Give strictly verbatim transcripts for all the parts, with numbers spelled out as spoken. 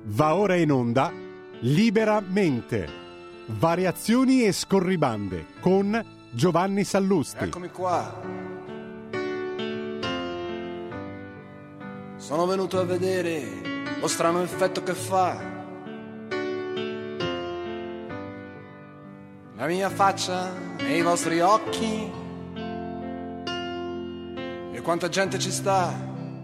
Va ora in onda Liberamente, variazioni e scorribande con Giovanni Sallusti. Eccomi qua. Sono venuto a vedere lo strano effetto che fa la mia faccia nei vostri occhi e quanta gente ci sta.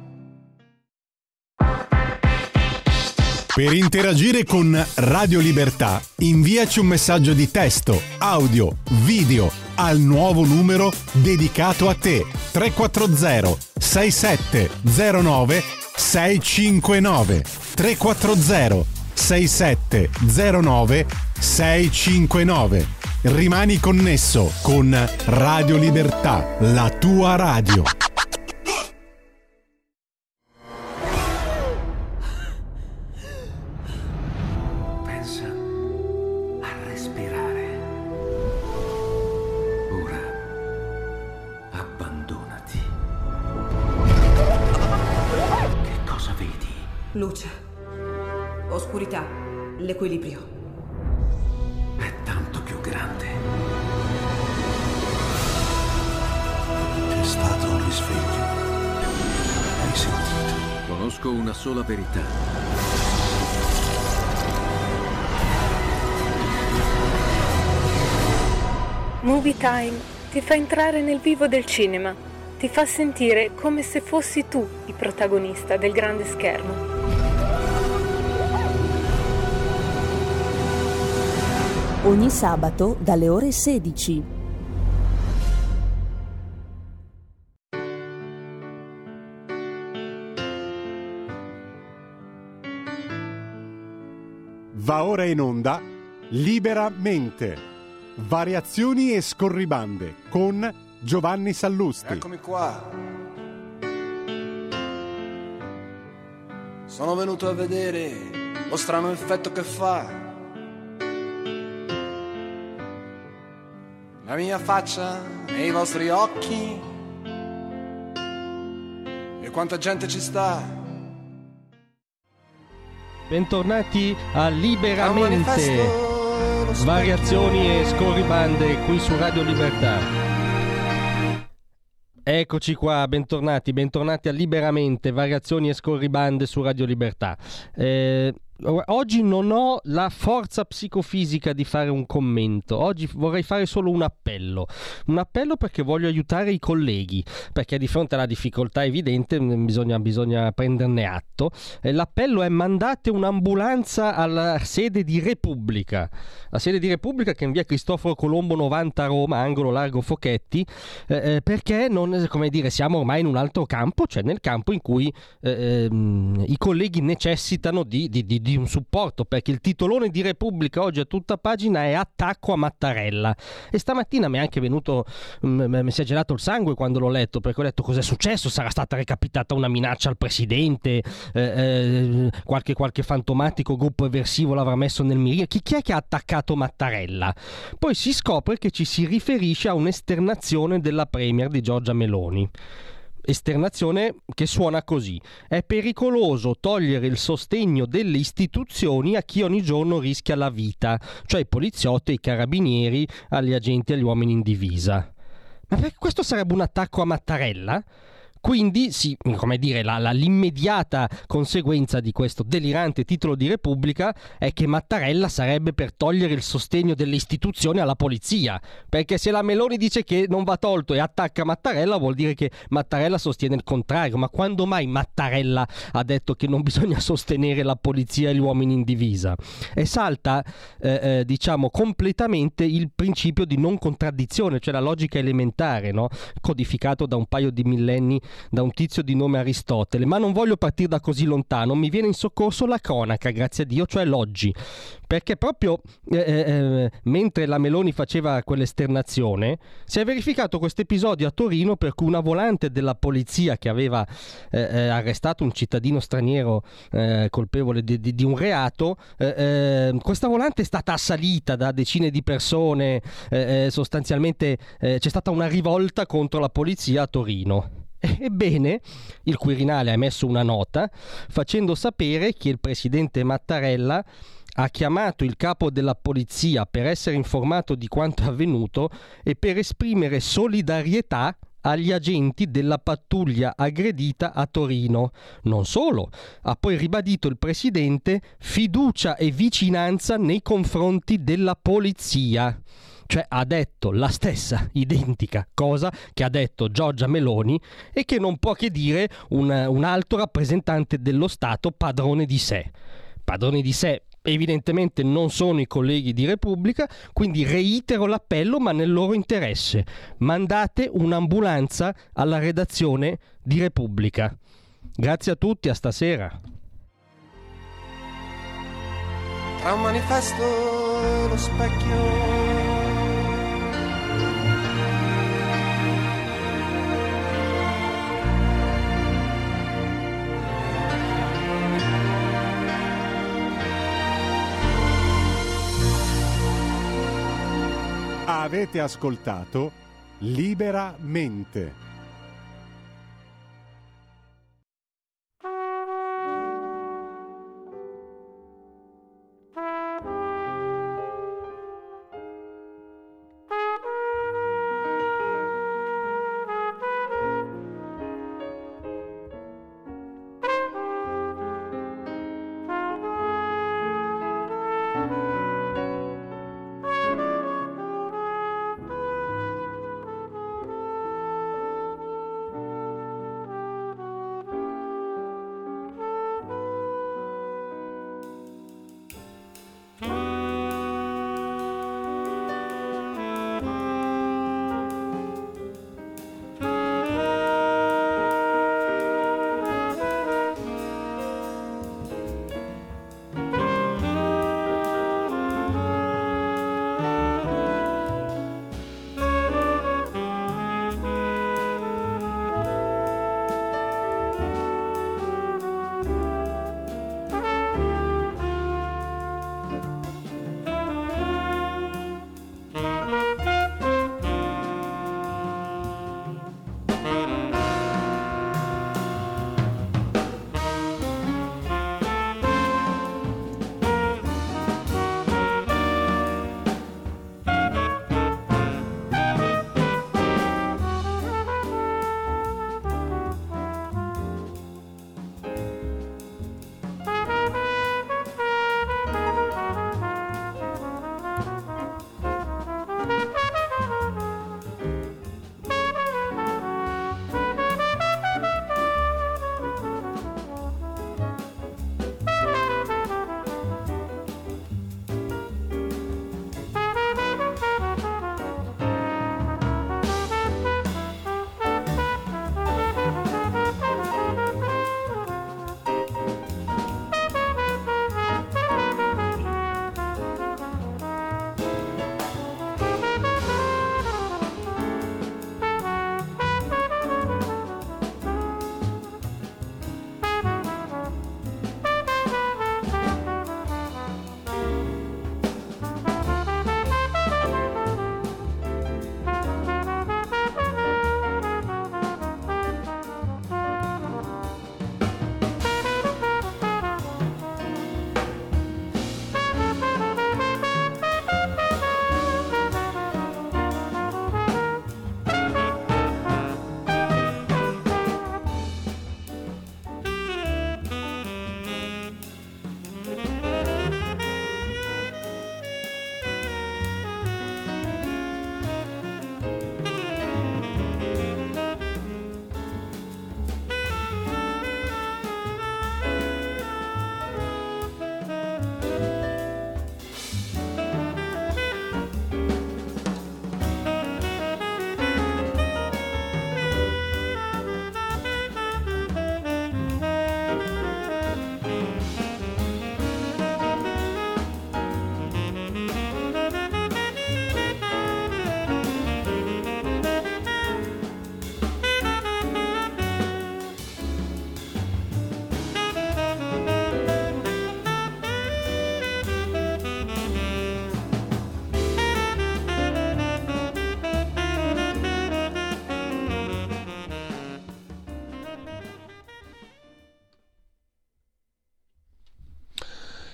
Per interagire con Radio Libertà, inviaci un messaggio di testo, audio, video al nuovo numero dedicato a te tre quattro zero sei sette zero nove sei cinque nove tre quattro zero sei sette zero nove sei cinque nove. Rimani connesso con Radio Libertà, la tua radio. Luce, oscurità, l'equilibrio. È tanto più grande. C'è stato un risveglio. Hai sentito? Conosco una sola verità. Movie Time ti fa entrare nel vivo del cinema, ti fa sentire come se fossi tu il protagonista del grande schermo. Ogni sabato dalle ore sedici. Va ora in onda Liberamente, variazioni e scorribande con Giovanni Sallusti. Eccomi qua. Sono venuto a vedere lo strano effetto che fa la mia faccia nei vostri occhi e quanta gente ci sta. Bentornati a Liberamente, variazioni e scorribande qui su Radio Libertà. Eccoci qua, bentornati, bentornati a Liberamente, variazioni e scorribande su Radio Libertà. Eh, oggi non ho la forza psicofisica di fare un commento, oggi vorrei fare solo un appello, un appello perché voglio aiutare i colleghi, perché di fronte alla difficoltà evidente bisogna, bisogna prenderne atto. Eh, l'appello è: mandate un'ambulanza alla sede di Repubblica, la sede di Repubblica che è in via Cristoforo Colombo novanta a Roma, angolo largo Fochetti, eh, perché non, come dire, siamo ormai in un altro campo, cioè nel campo in cui eh, ehm, i colleghi necessitano di, di, di di un supporto, perché il titolone di Repubblica oggi a tutta pagina è attacco a Mattarella, e stamattina mi è anche venuto m- mi si è gelato il sangue quando l'ho letto, perché ho detto: cos'è successo? Sarà stata recapitata una minaccia al presidente, eh, eh, qualche, qualche fantomatico gruppo eversivo l'avrà messo nel mirino, chi, chi è che ha attaccato Mattarella? Poi si scopre che ci si riferisce a un'esternazione della premier di Giorgia Meloni. Esternazione che suona così: è pericoloso togliere il sostegno delle istituzioni a chi ogni giorno rischia la vita, cioè i poliziotti, i carabinieri, agli agenti e agli uomini in divisa. Ma perché questo sarebbe un attacco a Mattarella? Quindi, sì, come dire, la, la, l'immediata conseguenza di questo delirante titolo di Repubblica è che Mattarella sarebbe per togliere il sostegno delle istituzioni alla polizia, perché se la Meloni dice che non va tolto e attacca Mattarella vuol dire che Mattarella sostiene il contrario. Ma quando mai Mattarella ha detto che non bisogna sostenere la polizia e gli uomini in divisa? E salta, eh, eh, diciamo, completamente il principio di non contraddizione, cioè la logica elementare, no? Codificato da un paio di millenni da un tizio di nome Aristotele. Ma non voglio partire da così lontano, mi viene in soccorso la cronaca, grazie a Dio, cioè l'oggi, perché proprio eh, eh, mentre la Meloni faceva quell'esternazione si è verificato questo episodio a Torino, per cui una volante della polizia che aveva eh, eh, arrestato un cittadino straniero eh, colpevole di, di, di un reato, eh, eh, questa volante è stata assalita da decine di persone, eh, eh, sostanzialmente eh, c'è stata una rivolta contro la polizia a Torino. Ebbene, il Quirinale ha emesso una nota facendo sapere che il presidente Mattarella ha chiamato il capo della polizia per essere informato di quanto è avvenuto e per esprimere solidarietà agli agenti della pattuglia aggredita a Torino. Non solo, ha poi ribadito il presidente fiducia e vicinanza nei confronti della polizia. Cioè ha detto la stessa identica cosa che ha detto Giorgia Meloni e che non può che dire un, un alto rappresentante dello Stato padrone di sé. Padroni di sé evidentemente non sono i colleghi di Repubblica, quindi reitero l'appello, ma nel loro interesse. Mandate un'ambulanza alla redazione di Repubblica. Grazie a tutti, a stasera. Tra un manifesto e lo specchio avete ascoltato Liberamente.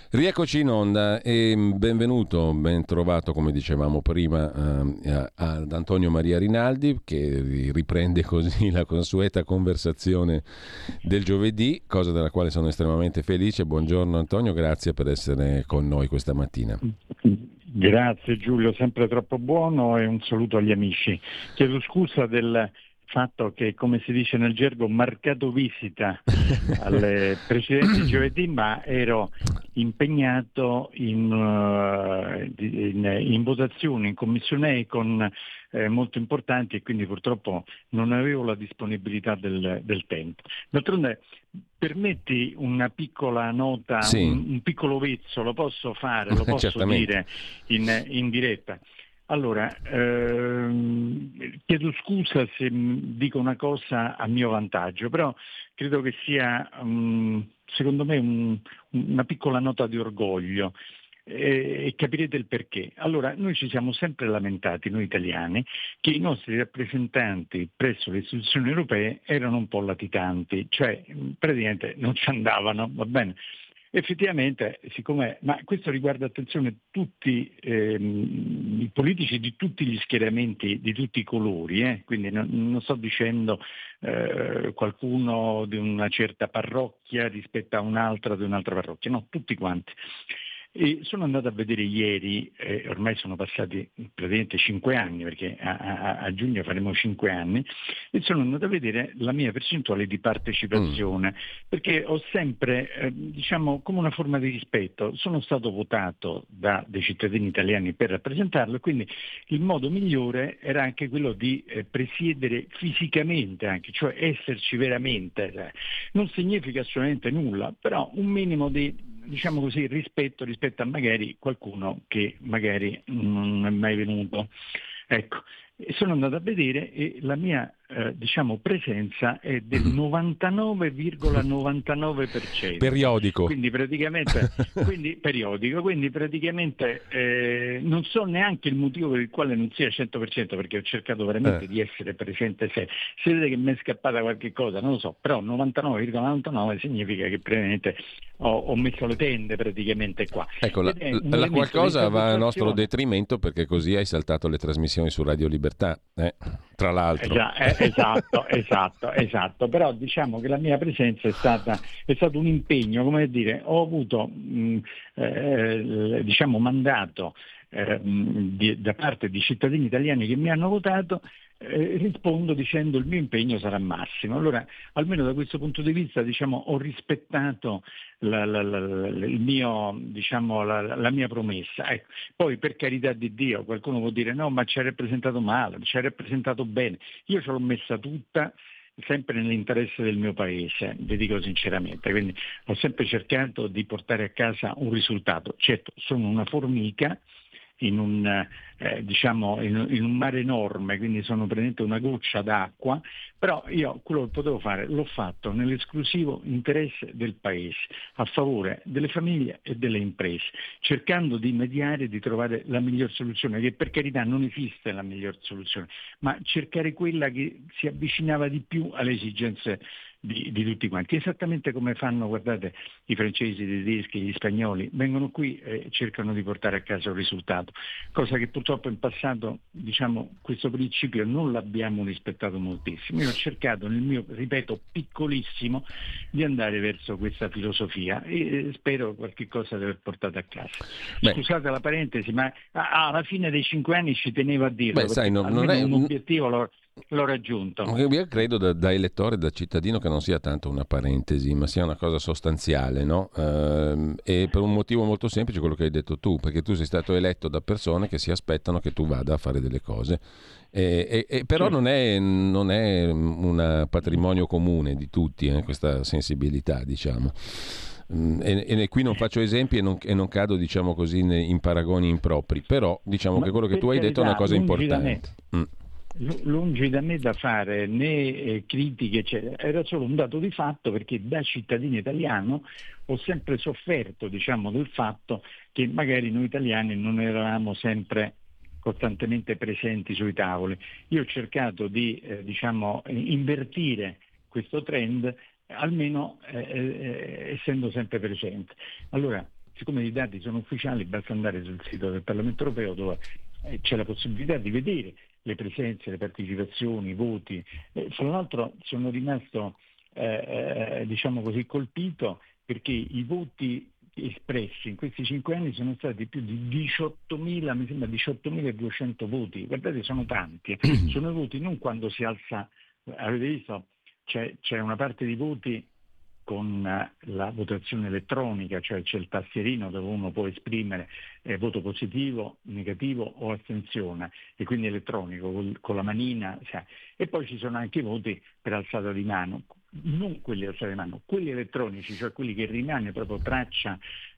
Rieccoci in onda e benvenuto, ben trovato come dicevamo prima eh, ad Antonio Maria Rinaldi, che riprende così la consueta conversazione del giovedì, cosa della quale sono estremamente felice. Buongiorno Antonio, grazie per essere con noi questa mattina. Grazie Giulio, sempre troppo buono, e un saluto agli amici. Chiedo scusa del fatto che, come si dice nel gergo, marcato visita alle precedenti giovedì, ma ero impegnato in, uh, in, in votazioni in commissione Econ eh, molto importanti, e quindi purtroppo non avevo la disponibilità del, del tempo. D'altronde, permetti una piccola nota, sì. un, un piccolo vezzo, lo posso fare, lo posso dire in, in diretta. Allora, ehm, chiedo scusa se dico una cosa a mio vantaggio, però credo che sia, um, secondo me, un, una piccola nota di orgoglio, e, e capirete il perché. Allora, noi ci siamo sempre lamentati, noi italiani, che i nostri rappresentanti presso le istituzioni europee erano un po' latitanti, cioè praticamente non ci andavano, va bene? Effettivamente, siccome, ma questo riguarda, attenzione, tutti ehm, i politici di tutti gli schieramenti, di tutti i colori, eh? Quindi non, non sto dicendo eh, qualcuno di una certa parrocchia rispetto a un'altra di un'altra parrocchia, no, tutti quanti. E sono andato a vedere ieri, eh, ormai sono passati praticamente cinque anni, perché a, a, a giugno faremo cinque anni, e sono andato a vedere la mia percentuale di partecipazione, mm. perché ho sempre, eh, diciamo, come una forma di rispetto, sono stato votato da dei cittadini italiani per rappresentarlo, e quindi il modo migliore era anche quello di eh, presiedere fisicamente anche, cioè esserci veramente. Non significa assolutamente nulla, però un minimo di, diciamo così, rispetto rispetto a magari qualcuno che magari non è mai venuto. Ecco, sono andato a vedere e la mia eh, diciamo presenza è del novantanove virgola novantanove per cento. Periodico. Quindi praticamente quindi periodico, quindi praticamente eh, non so neanche il motivo per il quale non sia cento per cento, perché ho cercato veramente eh. di essere presente. Se, se vedete che mi è scappata qualche cosa, non lo so, però novantanove virgola novantanove significa che praticamente ho, ho messo le tende praticamente qua. Ecco, la, la qualcosa va a nostro detrimento, perché così hai saltato le trasmissioni su Radio Libertà, eh? Tra l'altro. Eh, esatto, esatto, esatto. Però diciamo che la mia presenza è stata è stato un impegno, come dire, ho avuto mh, eh, diciamo mandato eh, di, da parte di cittadini italiani che mi hanno votato. Eh, rispondo dicendo il mio impegno sarà massimo. Allora, almeno da questo punto di vista, diciamo, ho rispettato la, la, la, il mio, diciamo, la, la mia promessa. Ecco. Poi, per carità di Dio, qualcuno può dire no, ma ci hai rappresentato male, ci hai rappresentato bene. Io ce l'ho messa tutta, sempre nell'interesse del mio paese, vi dico sinceramente, quindi ho sempre cercato di portare a casa un risultato. Certo, sono una formica in un, eh, diciamo, in, in un mare enorme, quindi sono praticamente una goccia d'acqua, però io quello che potevo fare l'ho fatto nell'esclusivo interesse del paese, a favore delle famiglie e delle imprese, cercando di mediare e di trovare la miglior soluzione, che per carità non esiste la miglior soluzione, ma cercare quella che si avvicinava di più alle esigenze Di, di tutti quanti, esattamente come fanno, guardate, i francesi, i tedeschi, gli spagnoli, vengono qui e cercano di portare a casa un risultato, cosa che purtroppo in passato, diciamo, questo principio non l'abbiamo rispettato moltissimo. Io ho cercato nel mio, ripeto, piccolissimo, di andare verso questa filosofia e spero qualche cosa di aver portato a casa. Beh. Scusate la parentesi, ma alla fine dei cinque anni ci tenevo a dirlo. Beh, sai, non, non è un obiettivo l'ho l'ho raggiunto. Io credo da, da elettore, da cittadino, che non sia tanto una parentesi, ma sia una cosa sostanziale, no? Ehm, e per un motivo molto semplice, quello che hai detto tu, perché tu sei stato eletto da persone che si aspettano che tu vada a fare delle cose. E, e, e però sì. non, è, non è un patrimonio comune di tutti, eh, questa sensibilità, diciamo. E, e qui non faccio esempi e non, e non cado, diciamo così, in paragoni impropri, però diciamo ma che quello che tu hai detto è una cosa importante. Mm. Lungi da me da fare né eh, critiche, eccetera. Era solo un dato di fatto, perché da cittadino italiano ho sempre sofferto, diciamo, del fatto che magari noi italiani non eravamo sempre costantemente presenti sui tavoli. Io ho cercato di eh, diciamo invertire questo trend, almeno eh, eh, essendo sempre presente. Allora, siccome i dati sono ufficiali basta andare sul sito del Parlamento europeo dove eh, c'è la possibilità di vedere le presenze, le partecipazioni, i voti. Eh, fra l'altro sono rimasto eh, eh, diciamo così colpito perché i voti espressi in questi cinque anni sono stati più di diciottomila, mi sembra diciottomiladuecento voti. Guardate, sono tanti, sono i voti non quando si alza, avete visto, c'è, c'è una parte di voti con la votazione elettronica, cioè c'è il tastierino dove uno può esprimere eh, voto positivo, negativo o astensione, e quindi elettronico, con, con la manina, cioè. E poi ci sono anche i voti per alzata di mano, non quelli alzati di mano, quelli elettronici, cioè quelli che rimane proprio traccia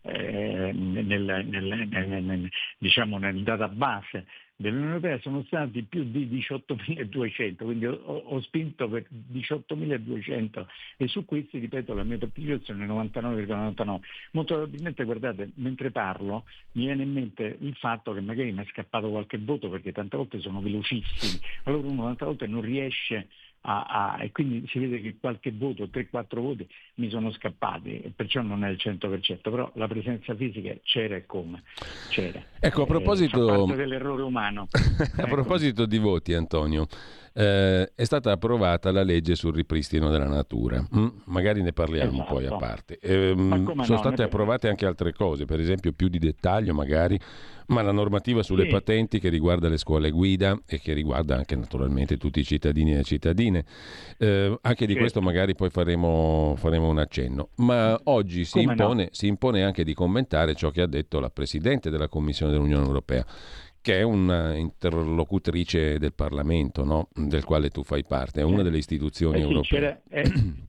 eh, nel, nel, nel, nel, diciamo nel database dell'Unione Europea, sono stati più di diciottomiladuecento, quindi ho, ho spinto per diciottomiladuecento e su questi, ripeto, la mia partecipazione è novantanove virgola novantanove. Molto probabilmente, guardate, mentre parlo mi viene in mente il fatto che magari mi è scappato qualche voto perché tante volte sono velocissimi, allora uno tante volte non riesce a, a, e quindi si vede che qualche voto, tre quattro voti mi sono scappati e perciò non è il cento per cento, però la presenza fisica c'era e come c'era. Ecco, a proposito, eh, fa parte dell'errore umano. A proposito di voti, Antonio, eh, è stata approvata la legge sul ripristino della natura. Mm? Magari ne parliamo Esatto. poi a parte. Eh, sono no, state ne approvate anche altre cose, per esempio più di dettaglio magari, ma la normativa sulle Sì. patenti che riguarda le scuole guida e che riguarda anche naturalmente tutti i cittadini e le cittadine. Eh, anche di Certo. questo magari poi faremo, faremo un accenno. Ma oggi si Come no? impone, si impone anche di commentare ciò che ha detto la Presidente della Commissione dell'Unione Europea, che è una interlocutrice del Parlamento, no? Del quale tu fai parte, è una delle istituzioni Eh sì, europee. c'era- è,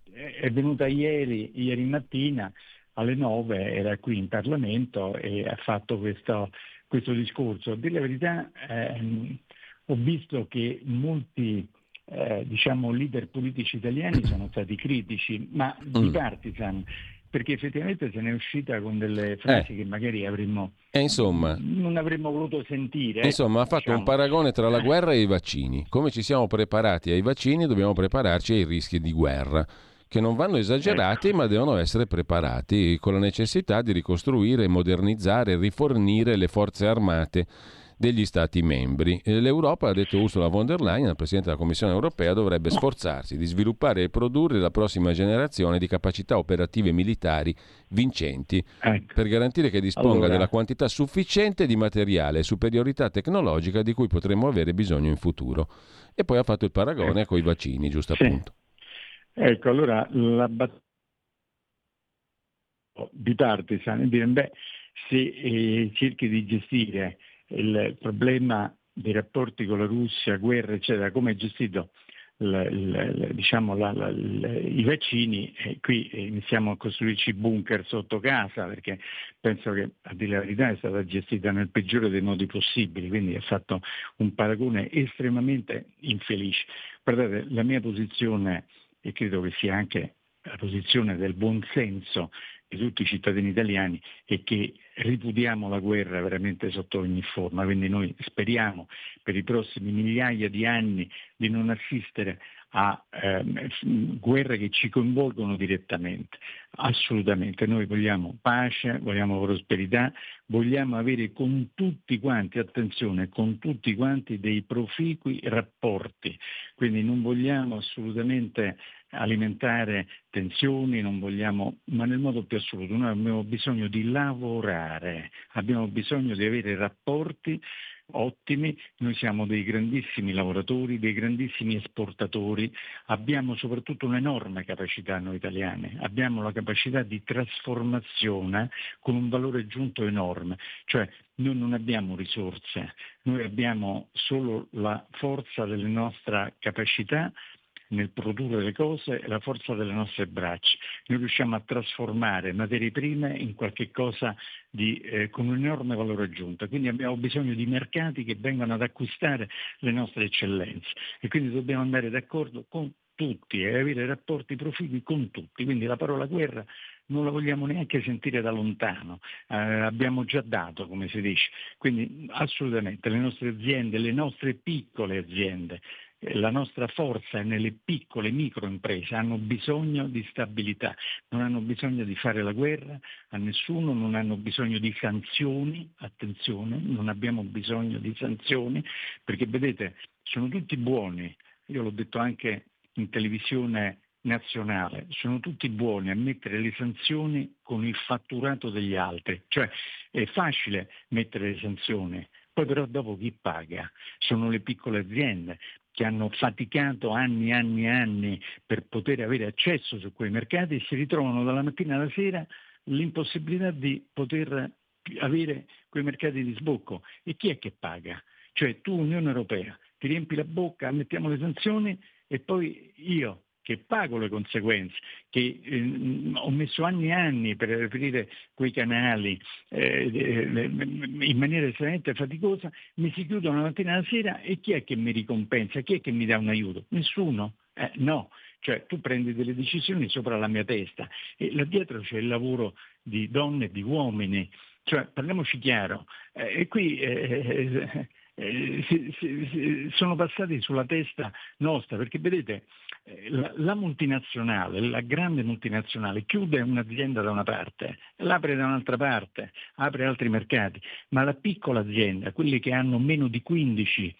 è venuta ieri, ieri mattina alle nove, era qui in Parlamento e ha fatto questo, questo discorso. A dire la verità, ehm, ho visto che molti eh, diciamo leader politici italiani sono stati critici, ma bipartisan, perché effettivamente se ne è uscita con delle frasi Eh. che magari avremmo E insomma, non avremmo voluto sentire. ecco, insomma, ha fatto diciamo. un paragone tra la guerra e i vaccini. Come ci siamo preparati ai vaccini, dobbiamo prepararci ai rischi di guerra, che non vanno esagerati, Ecco. ma devono essere preparati con la necessità di ricostruire, modernizzare, rifornire le forze armate degli Stati membri. E L'Europa, ha detto Ursula von der Leyen, la Presidente della Commissione europea, dovrebbe sforzarsi di sviluppare e produrre la prossima generazione di capacità operative militari vincenti, Ecco. per garantire che disponga Allora. della quantità sufficiente di materiale e superiorità tecnologica di cui potremo avere bisogno in futuro. E poi ha fatto il paragone con i vaccini, giusto Sì. appunto. Ecco, allora la battaglia bipartisan è dire, beh, se eh, cerchi di gestire il problema dei rapporti con la Russia, guerra, eccetera, come è gestito l, l, diciamo, la, la, l, i vaccini, eh, qui iniziamo a costruirci bunker sotto casa, perché penso che, a dire la verità, è stata gestita nel peggiore dei modi possibili, quindi ha fatto un paragone estremamente infelice. Guardate, la mia posizione, e credo che sia anche la posizione del buon senso di tutti i cittadini italiani, è che ripudiamo la guerra veramente sotto ogni forma, quindi noi speriamo per i prossimi migliaia di anni di non assistere a ehm, guerre che ci coinvolgono direttamente. Assolutamente, noi vogliamo pace, vogliamo prosperità, vogliamo avere con tutti quanti, attenzione, con tutti quanti dei proficui rapporti, quindi non vogliamo assolutamente alimentare tensioni, non vogliamo, ma nel modo più assoluto, noi abbiamo bisogno di lavorare, abbiamo bisogno di avere rapporti ottimi, noi siamo dei grandissimi lavoratori, dei grandissimi esportatori, abbiamo soprattutto un'enorme capacità noi italiani, abbiamo la capacità di trasformazione con un valore aggiunto enorme, cioè noi non abbiamo risorse, noi abbiamo solo la forza della nostra capacità nel produrre le cose e la forza delle nostre braccia. Noi riusciamo a trasformare materie prime in qualche cosa di, eh, con un enorme valore aggiunto, quindi abbiamo bisogno di mercati che vengano ad acquistare le nostre eccellenze e quindi dobbiamo andare d'accordo con tutti e avere rapporti proficui con tutti, quindi la parola guerra non la vogliamo neanche sentire da lontano, eh, abbiamo già dato, come si dice, quindi assolutamente le nostre aziende, le nostre piccole aziende la nostra forza è nelle piccole micro imprese, hanno bisogno di stabilità, non hanno bisogno di fare la guerra a nessuno, non hanno bisogno di sanzioni, attenzione, non abbiamo bisogno di sanzioni, perché vedete, sono tutti buoni, io l'ho detto anche in televisione nazionale, sono tutti buoni a mettere le sanzioni con il fatturato degli altri, cioè è facile mettere le sanzioni, poi però dopo chi paga? Sono le piccole aziende che hanno faticato anni e anni e anni per poter avere accesso su quei mercati e si ritrovano dalla mattina alla sera l'impossibilità di poter avere quei mercati di sbocco. E chi è che paga? Cioè tu, Unione Europea, ti riempi la bocca, mettiamo le sanzioni e poi io che pago le conseguenze, che eh, ho messo anni e anni per aprire quei canali eh, in maniera estremamente faticosa, mi si chiudono la mattina alla sera e chi è che mi ricompensa? Chi è che mi dà un aiuto? Nessuno? Eh, no, cioè tu prendi delle decisioni sopra la mia testa e là dietro c'è il lavoro di donne e di uomini, cioè parliamoci chiaro, eh, e qui eh, eh, si, si, si, sono passati sulla testa nostra, perché vedete La, la multinazionale, la grande multinazionale chiude un'azienda da una parte, l'apre da un'altra parte, apre altri mercati, ma la piccola azienda, quelli che hanno meno di quindici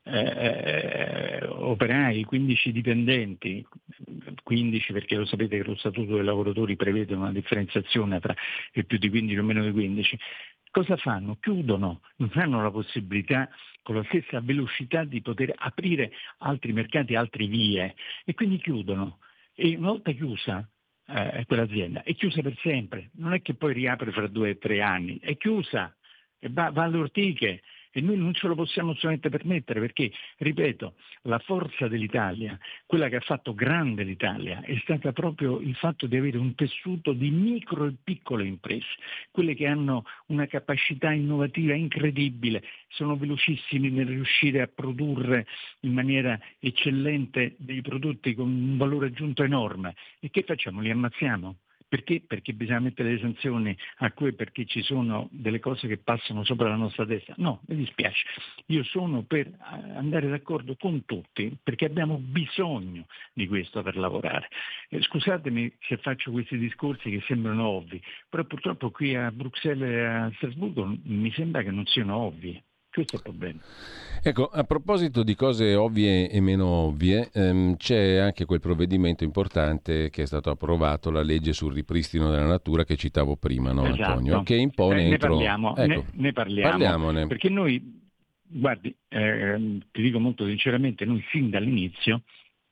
eh, operai, quindici dipendenti, quindici perché lo sapete che lo Statuto dei lavoratori prevede una differenziazione tra il più di quindici e meno di quindici, cosa fanno? Chiudono, non hanno la possibilità con la stessa velocità di poter aprire altri mercati, altre vie e quindi chiudono. E una volta chiusa eh, quell'azienda, è chiusa per sempre, non è che poi riapre fra due o tre anni, è chiusa e va, va alle ortiche. E noi non ce lo possiamo assolutamente permettere perché, ripeto, la forza dell'Italia, quella che ha fatto grande l'Italia, è stata proprio il fatto di avere un tessuto di micro e piccole imprese, quelle che hanno una capacità innovativa incredibile, sono velocissimi nel riuscire a produrre in maniera eccellente dei prodotti con un valore aggiunto enorme. E che facciamo? Li ammazziamo? Perché? Perché bisogna mettere le sanzioni a cui perché ci sono delle cose che passano sopra la nostra testa? No, mi dispiace. Io sono per andare d'accordo con tutti perché abbiamo bisogno di questo per lavorare. Eh, scusatemi se faccio questi discorsi che sembrano ovvi, però purtroppo qui a Bruxelles e a Strasburgo mi sembra che non siano ovvi. Questo è il problema. Ecco, a proposito di cose ovvie e meno ovvie, ehm, c'è anche quel provvedimento importante che è stato approvato, la legge sul ripristino della natura che citavo prima, no, esatto. Antonio? Che impone eh, ne entro... parliamo, ecco, ne, ne parliamo, parliamone. Perché noi, guardi, eh, ti dico molto sinceramente, noi sin dall'inizio,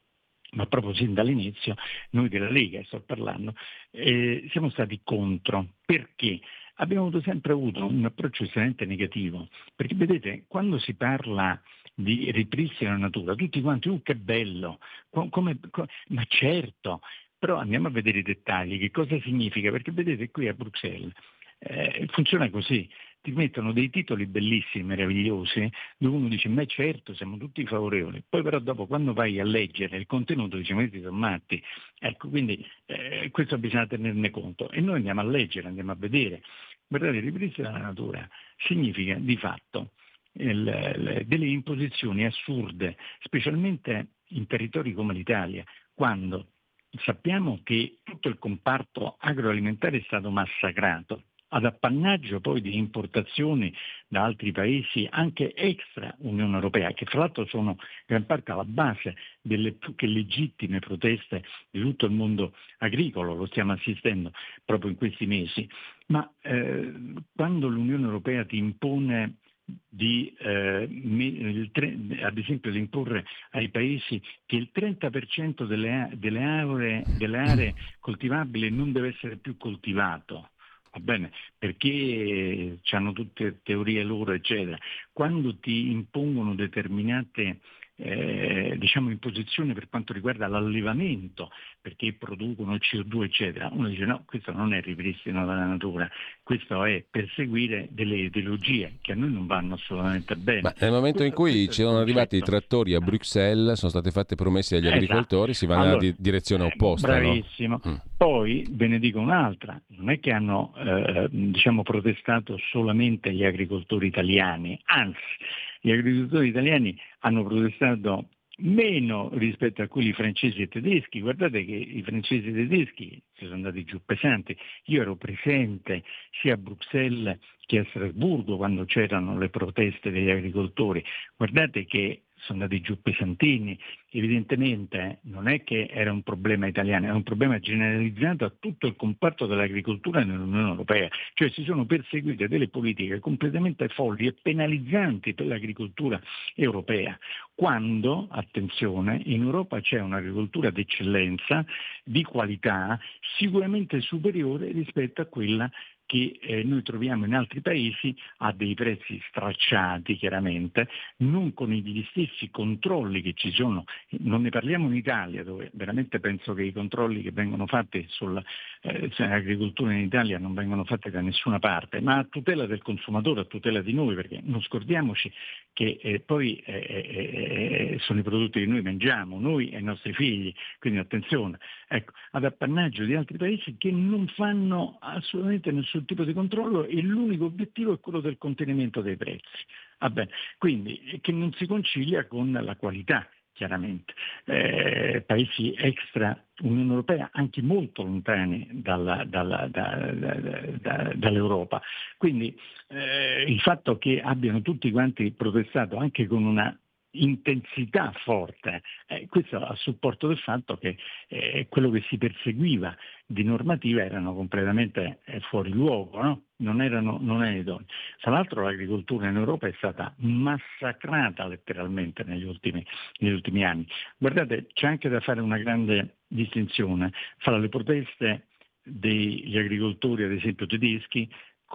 ma proprio sin dall'inizio, noi della Lega, sto parlando, eh, siamo stati contro. Perché? Abbiamo avuto, sempre avuto un approccio estremamente negativo, perché vedete, quando si parla di ripristino della natura, tutti quanti, uh che bello, come, come, ma certo, però andiamo a vedere i dettagli, che cosa significa, perché vedete qui a Bruxelles eh, funziona così, ti mettono dei titoli bellissimi, meravigliosi, dove uno dice, ma certo, siamo tutti favorevoli, poi però dopo quando vai a leggere il contenuto dici, ma questi sono matti, ecco, quindi eh, questo bisogna tenerne conto, e noi andiamo a leggere, andiamo a vedere. Guardate, il ripristino della natura significa di fatto il, le, delle imposizioni assurde, specialmente in territori come l'Italia, quando sappiamo che tutto il comparto agroalimentare è stato massacrato, ad appannaggio poi di importazioni da altri paesi anche extra Unione Europea, che fra l'altro sono in gran parte alla base delle più che legittime proteste di tutto il mondo agricolo, lo stiamo assistendo proprio in questi mesi, ma eh, quando l'Unione Europea ti impone di eh, il tre, ad esempio di imporre ai paesi che il trenta per cento delle, delle, aree, delle aree coltivabili non deve essere più coltivato, va bene, perché hanno tutte teorie loro, eccetera. Quando ti impongono determinate eh, diciamo imposizioni per quanto riguarda l'allevamento, perché producono C O due, eccetera, uno dice no, questo non è ripristino della natura, questo è perseguire delle ideologie che a noi non vanno assolutamente bene. Ma nel momento questo, in cui ci sono arrivati i trattori a Bruxelles, sono state fatte promesse agli esatto. agricoltori, si va allora, nella di- direzione opposta. Bravissimo. No? Mm. Poi ve ne dico un'altra, non è che hanno eh, diciamo protestato solamente gli agricoltori italiani, anzi gli agricoltori italiani hanno protestato meno rispetto a quelli francesi e tedeschi. Guardate che i francesi e i tedeschi si sono andati giù pesanti. Io ero presente sia a Bruxelles che a Strasburgo quando c'erano le proteste degli agricoltori. Guardate che sono andati giù pesantini. Evidentemente non è che era un problema italiano, era un problema generalizzato a tutto il comparto dell'agricoltura nell'Unione Europea, cioè si sono perseguite delle politiche completamente folli e penalizzanti per l'agricoltura europea, quando, attenzione, in Europa c'è un'agricoltura d'eccellenza, di qualità, sicuramente superiore rispetto a quella che eh, noi troviamo in altri paesi a dei prezzi stracciati chiaramente, non con gli stessi controlli che ci sono, non ne parliamo in Italia dove veramente penso che i controlli che vengono fatti sull'agricoltura eh, in Italia non vengono fatti da nessuna parte, ma a tutela del consumatore, a tutela di noi, perché non scordiamoci che eh, poi eh, eh, sono i prodotti che noi mangiamo, noi e i nostri figli, quindi attenzione, ecco, ad appannaggio di altri paesi che non fanno assolutamente nessun tipo di controllo e l'unico obiettivo è quello del contenimento dei prezzi. Ah beh, quindi che non si concilia con la qualità, chiaramente. Eh, paesi extra Unione Europea, anche molto lontani dalla, dalla, da, da, da, dall'Europa. Quindi eh, il fatto che abbiano tutti quanti protestato anche con una intensità forte, eh, questo a supporto del fatto che eh, quello che si perseguiva di normativa erano completamente eh, fuori luogo, no? non erano non erano idonei. Tra l'altro l'agricoltura in Europa è stata massacrata letteralmente negli ultimi, negli ultimi anni. Guardate, c'è anche da fare una grande distinzione fra le proteste degli agricoltori, ad esempio tedeschi,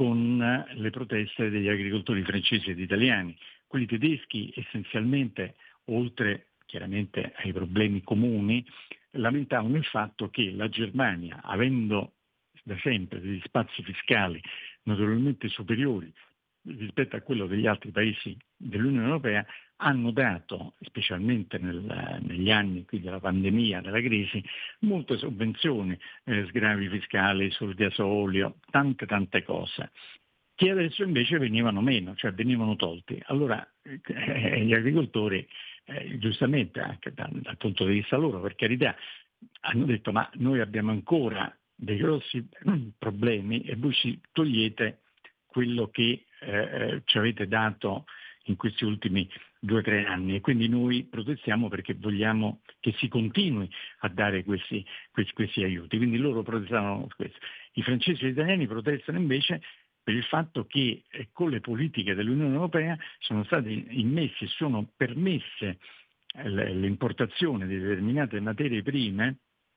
con le proteste degli agricoltori francesi ed italiani. Quelli tedeschi essenzialmente, oltre chiaramente ai problemi comuni, lamentavano il fatto che la Germania, avendo da sempre degli spazi fiscali notevolmente superiori rispetto a quello degli altri paesi dell'Unione Europea, hanno dato, specialmente nel, negli anni qui della pandemia, della crisi, molte sovvenzioni, eh, sgravi fiscali sul gasolio, tante tante cose, che adesso invece venivano meno, cioè venivano tolti. Allora eh, gli agricoltori, eh, giustamente anche da, dal punto di vista loro, per carità, hanno detto ma noi abbiamo ancora dei grossi problemi e voi ci togliete quello che eh, ci avete dato in questi ultimi due o tre anni e quindi noi protestiamo perché vogliamo che si continui a dare questi, questi, questi aiuti. Quindi loro protestavano questo. I francesi e gli italiani protestano invece per il fatto che eh, con le politiche dell'Unione Europea sono state immesse e sono permesse eh, l'importazione di determinate materie prime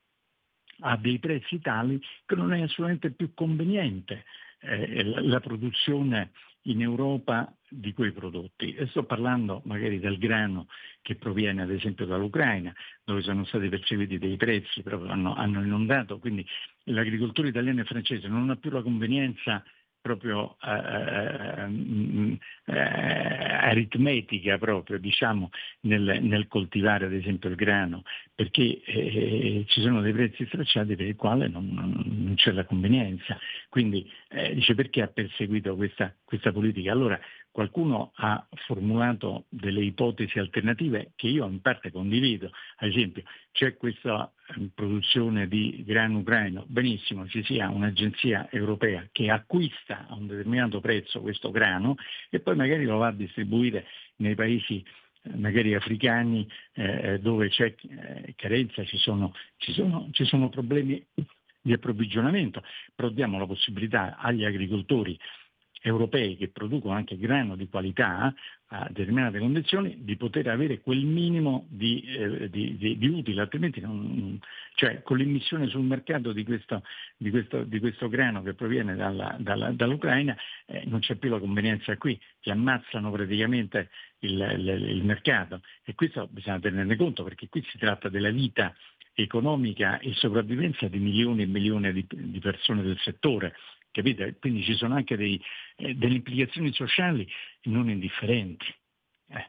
a dei prezzi tali che non è assolutamente più conveniente eh, la, la produzione in Europa di quei prodotti. E sto parlando magari del grano che proviene ad esempio dall'Ucraina, dove sono stati percepiti dei prezzi, proprio hanno, hanno inondato, quindi l'agricoltura italiana e francese non ha più la convenienza proprio eh, eh, aritmetica proprio, diciamo, nel, nel coltivare ad esempio il grano, perché eh, ci sono dei prezzi stracciati per i quali non, non c'è la convenienza. Quindi eh, dice perché ha perseguito questa, questa politica? Allora qualcuno ha formulato delle ipotesi alternative che io in parte condivido, ad esempio c'è questa produzione di grano ucraino, benissimo, ci sia un'agenzia europea che acquista a un determinato prezzo questo grano e poi magari lo va a distribuire nei paesi magari africani eh, dove c'è eh, carenza, ci sono, ci, sono, ci sono problemi di approvvigionamento, però diamo la possibilità agli agricoltori europei che producono anche grano di qualità a determinate condizioni di poter avere quel minimo di, eh, di, di, di utile, altrimenti non, cioè con l'immissione sul mercato di questo, di questo, di questo grano che proviene dalla, dalla, dall'Ucraina eh, non c'è più la convenienza qui, ti ammazzano praticamente il, il, il mercato e questo bisogna tenerne conto perché qui si tratta della vita economica e sopravvivenza di milioni e milioni di, di persone del settore. Capite? Quindi ci sono anche dei, eh, delle implicazioni sociali non indifferenti. Eh.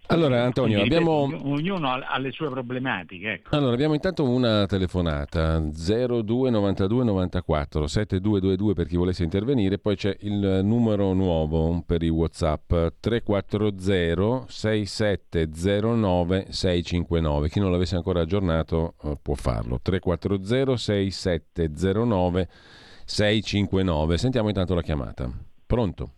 Allora Antonio, Quindi, abbiamo... ripeto, ognuno ha, ha le sue problematiche. Ecco. Allora, abbiamo intanto una telefonata, zero due novantadue novantaquattro settantadue ventidue per chi volesse intervenire, poi c'è il numero nuovo per i WhatsApp tre quattro zero sei sette zero nove sei cinque nove, chi non l'avesse ancora aggiornato eh, può farlo, tre quattro zero sei sette zero nove sei cinque nove. Sentiamo intanto la chiamata. Pronto?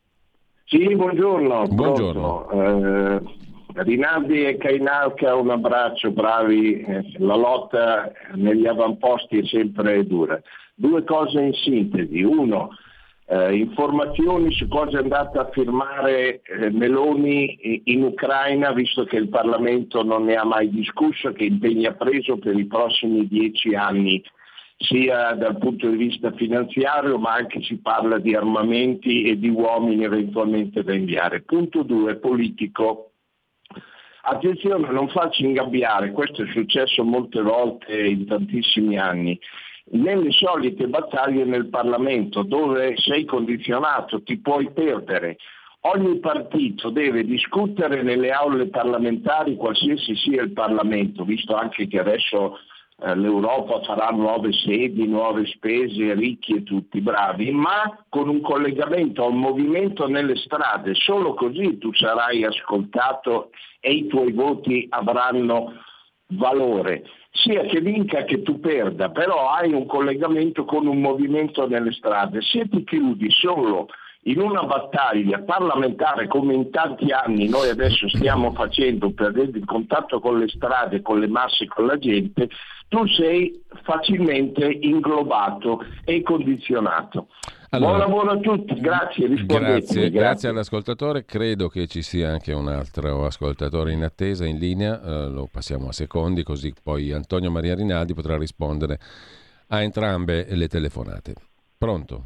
Sì, buongiorno. Buongiorno. Eh, Rinaldi e Cainarca, un abbraccio, bravi. Eh, la lotta negli avamposti è sempre dura. Due cose in sintesi. Uno, eh, informazioni su cosa è andata a firmare eh, Meloni in Ucraina, visto che il Parlamento non ne ha mai discusso, che impegni ha preso per i prossimi dieci anni, sia dal punto di vista finanziario, ma anche si parla di armamenti e di uomini eventualmente da inviare. Punto due, politico. Attenzione, non farci ingabbiare, questo è successo molte volte in tantissimi anni, nelle solite battaglie nel Parlamento, dove sei condizionato, ti puoi perdere. Ogni partito deve discutere nelle aule parlamentari, qualsiasi sia il Parlamento, visto anche che adesso l'Europa farà nuove sedi, nuove spese, ricchi e tutti bravi, ma con un collegamento a un movimento nelle strade. Solo così tu sarai ascoltato e i tuoi voti avranno valore. Sia che vinca che tu perda, però hai un collegamento con un movimento nelle strade. Se ti chiudi solo in una battaglia parlamentare come in tanti anni noi adesso stiamo facendo per avere il contatto con le strade, con le masse, con la gente, tu sei facilmente inglobato e condizionato. Allora, buon lavoro a tutti, grazie, rispondetemi. Grazie, grazie. grazie all'ascoltatore, credo che ci sia anche un altro ascoltatore in attesa, in linea, eh, lo passiamo a secondi così poi Antonio Maria Rinaldi potrà rispondere a entrambe le telefonate. Pronto?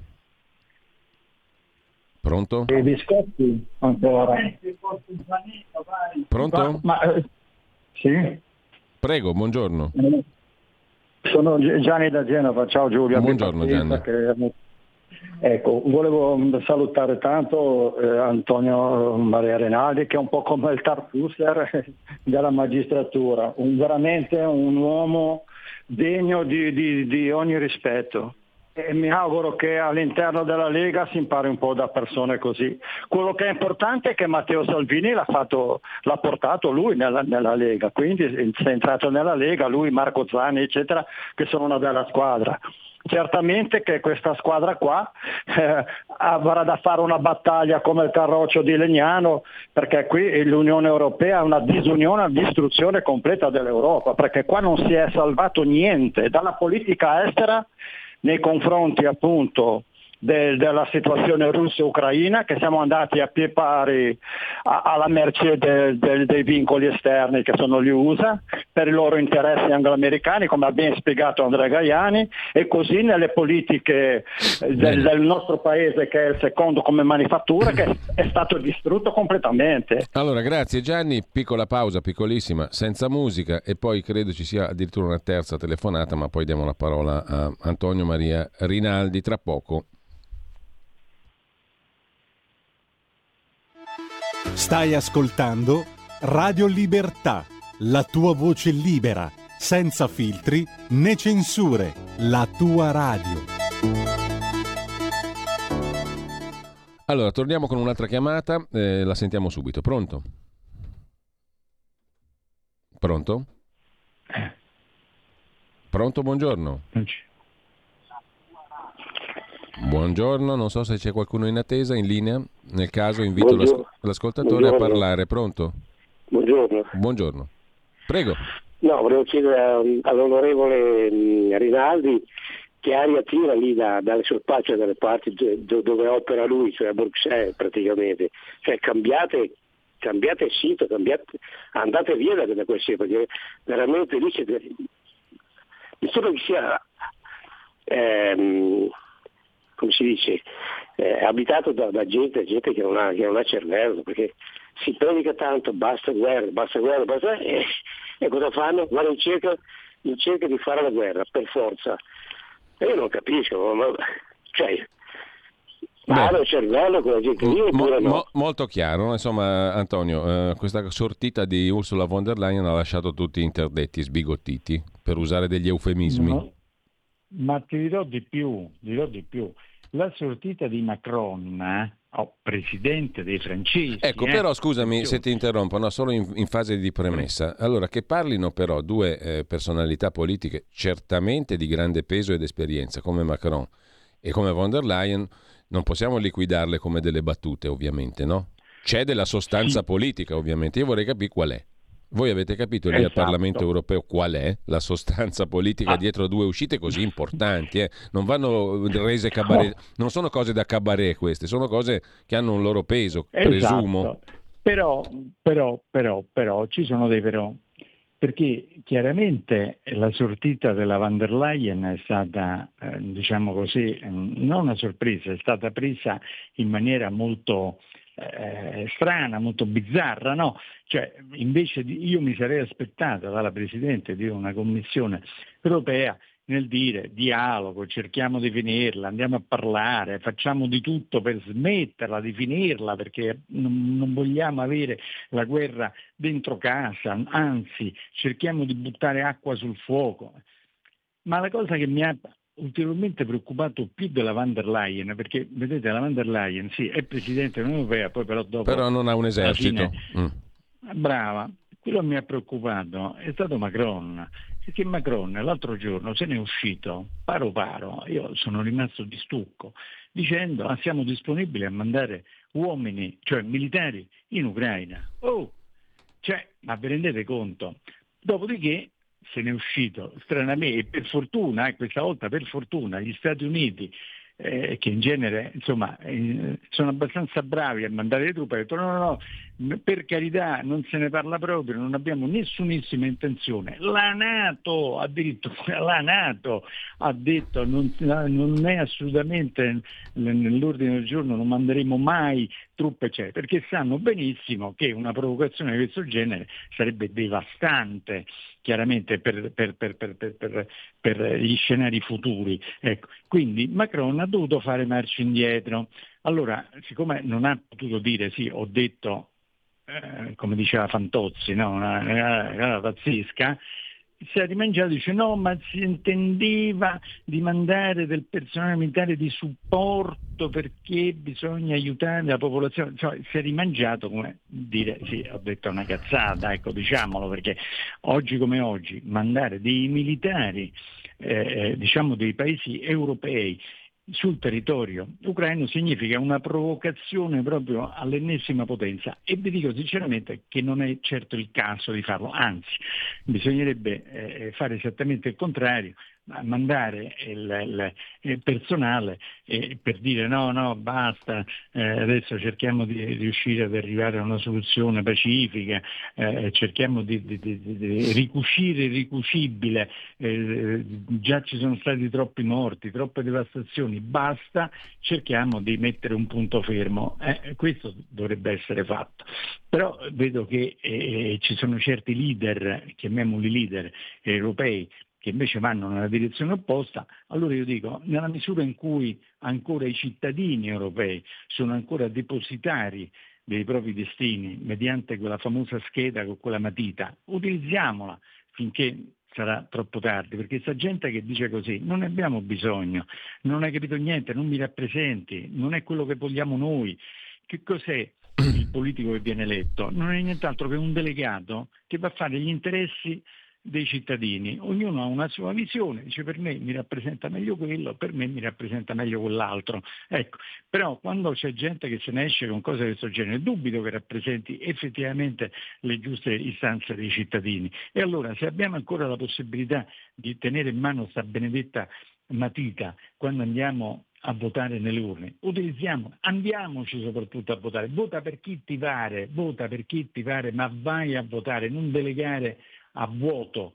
Pronto? I biscotti ancora. Pronto? Ma, ma, eh, sì. Prego, buongiorno. Sono Gianni da Genova, ciao Giulio. Buongiorno Gianni. Che, ecco, volevo salutare tanto eh, Antonio Maria Rinaldi, che è un po' come il Tarfusser della magistratura, un, veramente un uomo degno di, di, di ogni rispetto. E mi auguro che all'interno della Lega si impari un po' da persone così. Quello che è importante è che Matteo Salvini l'ha, fatto, l'ha portato lui nella, nella Lega, quindi è entrato nella Lega, lui, Marco Zanni, eccetera, che sono una bella squadra. Certamente che questa squadra qua eh, avrà da fare una battaglia come il Carroccio di Legnano, perché qui l'Unione Europea è una disunione, una distruzione completa dell'Europa, perché qua non si è salvato niente dalla politica estera nei confronti appunto de, della situazione russo-ucraina, che siamo andati a pie pari a, alla mercé de, de, dei vincoli esterni che sono gli U S A per i loro interessi angloamericani, come ha ben spiegato Andrea Gaiani, e così nelle politiche del, del nostro paese, che è il secondo come manifattura, che è stato distrutto completamente. Allora, grazie Gianni, piccola pausa, piccolissima, senza musica, e poi credo ci sia addirittura una terza telefonata, ma poi diamo la parola a Antonio Maria Rinaldi tra poco. Stai ascoltando Radio Libertà, la tua voce libera, senza filtri né censure, la tua radio. Allora, torniamo con un'altra chiamata, eh, la sentiamo subito. Pronto? Pronto? Pronto, buongiorno. Buongiorno, non so se c'è qualcuno in attesa, in linea. Nel caso invito l'as- l'ascoltatore Buongiorno. a parlare. Pronto? Buongiorno. Buongiorno. Prego. No, volevo chiedere all'onorevole Rinaldi che aria tira lì da, dalle sorpacce dalle parti dove opera lui, cioè a Bruxelles praticamente. Cioè cambiate, cambiate il sito, cambiate, andate via da, da quel sito, perché veramente lì siete... Mi sembra che sia... Ehm, come si dice, eh, abitato da, da gente, gente che non ha, che non ha cervello, perché si predica tanto, basta guerra, basta guerra, basta e, e cosa fanno? Vanno in cerca, in cerca di fare la guerra, per forza. E io non capisco, ma, cioè, mano, cervello, quella gente lì, oppure mo, no? mo, molto chiaro, insomma, Antonio, eh, questa sortita di Ursula von der Leyen ha lasciato tutti interdetti, sbigottiti, per usare degli eufemismi. No, ma ti dirò di più, dirò di più. La sortita di Macron, eh, oh, presidente dei francesi. Ecco, eh, però scusami se ti interrompo, no, solo in, in fase di premessa. Allora, che parlino però due eh, personalità politiche certamente di grande peso ed esperienza, come Macron e come von der Leyen, non possiamo liquidarle come delle battute, ovviamente, no? C'è della sostanza sì. politica, ovviamente. Io vorrei capire qual è. Voi avete capito lì esatto. al Parlamento europeo qual è la sostanza politica ah. dietro due uscite così importanti? Eh? Non vanno rese cabaret, no. non sono cose da cabaret queste, sono cose che hanno un loro peso, esatto. presumo. Però, però, però, però, ci sono dei però. Perché chiaramente la sortita della von der Leyen è stata, eh, diciamo così, non una sorpresa, è stata presa in maniera molto eh, strana, molto bizzarra, no? Cioè, invece di, io mi sarei aspettato dalla Presidente di una Commissione europea nel dire dialogo, cerchiamo di finirla, andiamo a parlare, facciamo di tutto per smetterla di finirla, perché non, non vogliamo avere la guerra dentro casa, anzi cerchiamo di buttare acqua sul fuoco. Ma la cosa che mi ha ulteriormente preoccupato più della von der Leyen, perché vedete la von der Leyen sì è Presidente dell'Unione Europea, poi però dopo... Però non ha un esercito. Fine, mm. Brava, quello che mi ha preoccupato è stato Macron. Perché Macron l'altro giorno se n'è uscito paro paro, io sono rimasto di stucco, dicendo ah, siamo disponibili a mandare uomini, cioè militari, in Ucraina. Oh, cioè, ma vi rendete conto? Dopodiché se n'è uscito stranamente, e per fortuna, eh, questa volta per fortuna, gli Stati Uniti, eh, che in genere insomma eh, sono abbastanza bravi a mandare le truppe, ha detto no, no, no, per carità non se ne parla proprio, non abbiamo nessunissima intenzione. La NATO, addirittura la NATO ha detto non, non è assolutamente nell'ordine del giorno, non manderemo mai truppe, eccetera, perché sanno benissimo che una provocazione di questo genere sarebbe devastante chiaramente per, per, per, per, per, per, per gli scenari futuri. Ecco. Quindi Macron ha dovuto fare marcia indietro. Allora, siccome non ha potuto dire sì, ho detto, eh, come diceva Fantozzi, no? una, una, una pazzesca, si è rimangiato e dice no, ma si intendeva di mandare del personale militare di supporto perché bisogna aiutare la popolazione, cioè, si è rimangiato come dire sì, ho detto una cazzata, ecco, diciamolo, perché oggi come oggi mandare dei militari eh, diciamo dei paesi europei sul territorio ucraino significa una provocazione proprio all'ennesima potenza, e vi dico sinceramente che non è certo il caso di farlo, anzi bisognerebbe eh, fare esattamente il contrario, mandare il, il, il personale eh, per dire no no basta, eh, adesso cerchiamo di riuscire ad arrivare a una soluzione pacifica, eh, cerchiamo di, di, di, di ricucire il ricucibile, eh, già ci sono stati troppi morti, troppe devastazioni, basta, cerchiamo di mettere un punto fermo. Eh, questo dovrebbe essere fatto, però vedo che eh, ci sono certi leader, chiamiamoli leader europei, che invece vanno nella direzione opposta. Allora io dico, nella misura in cui ancora i cittadini europei sono ancora depositari dei propri destini mediante quella famosa scheda con quella matita, utilizziamola finché sarà troppo tardi, perché questa gente che dice così non ne abbiamo bisogno, non hai capito niente, non mi rappresenti, non è quello che vogliamo noi. Che cos'è il politico che viene eletto? Non è nient'altro che un delegato che va a fare gli interessi dei cittadini, ognuno ha una sua visione, dice per me mi rappresenta meglio quello, per me mi rappresenta meglio quell'altro, ecco. Però quando c'è gente che se ne esce con cose di questo genere, dubito che rappresenti effettivamente le giuste istanze dei cittadini. E allora se abbiamo ancora la possibilità di tenere in mano sta benedetta matita quando andiamo a votare nelle urne, utilizziamo, andiamoci soprattutto a votare, vota per chi ti pare, vota per chi ti pare, ma vai a votare, non delegare a vuoto,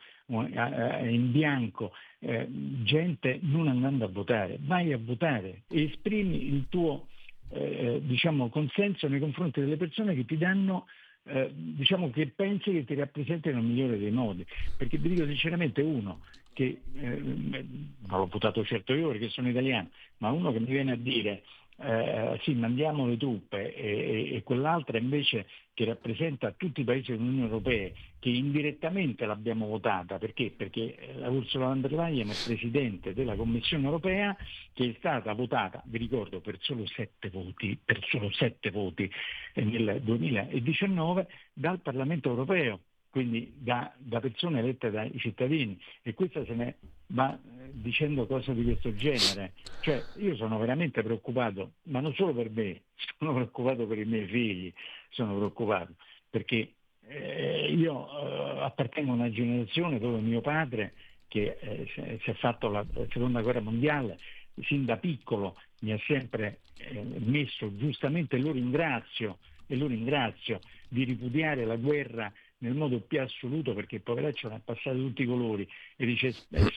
in bianco, eh, gente non andando a votare, vai a votare e esprimi il tuo eh, diciamo consenso nei confronti delle persone che ti danno, eh, diciamo che pensi che ti rappresentino nel migliore dei modi, perché vi dico sinceramente, uno che eh, non l'ho votato certo io perché sono italiano, ma uno che mi viene a dire eh, sì, mandiamo le truppe, e, e quell'altra invece che rappresenta tutti i paesi dell'Unione Europea, che indirettamente l'abbiamo votata. Perché? Perché la Ursula von der Leyen è Presidente della Commissione Europea, che è stata votata, vi ricordo, per solo sette voti, per solo sette voti nel duemiladiciannove dal Parlamento Europeo, quindi da, da persone elette dai cittadini, e questa se ne va dicendo cose di questo genere. Cioè, io sono veramente preoccupato, ma non solo per me, sono preoccupato per i miei figli, sono preoccupato perché eh, io eh, appartengo a una generazione dove mio padre, che eh, si è fatto la seconda guerra mondiale, sin da piccolo mi ha sempre eh, messo, giustamente, e lo ringrazio, e lo ringrazio, di ripudiare la guerra nel modo più assoluto, perché il poveraccio ne ha passati tutti i colori, e dice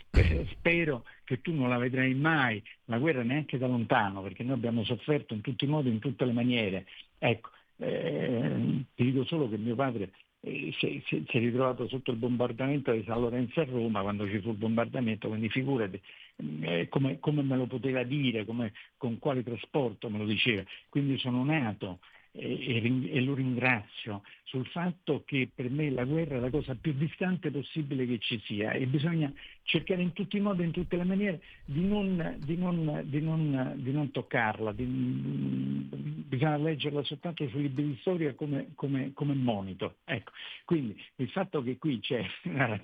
spero che tu non la vedrai mai la guerra neanche da lontano, perché noi abbiamo sofferto in tutti i modi, in tutte le maniere. Ecco, eh, ti dico solo che mio padre eh, si, si, si è ritrovato sotto il bombardamento di San Lorenzo a Roma quando ci fu il bombardamento, quindi figurati eh, come, come me lo poteva dire, come, con quale trasporto me lo diceva. Quindi sono nato E, e lo ringrazio sul fatto che per me la guerra è la cosa più distante possibile che ci sia, e bisogna cercare in tutti i modi, in tutte le maniere, di non, di non, di non, di non toccarla, di, bisogna leggerla soltanto sui libri di storia come, come, come monito. Ecco. Quindi il fatto che qui c'è una,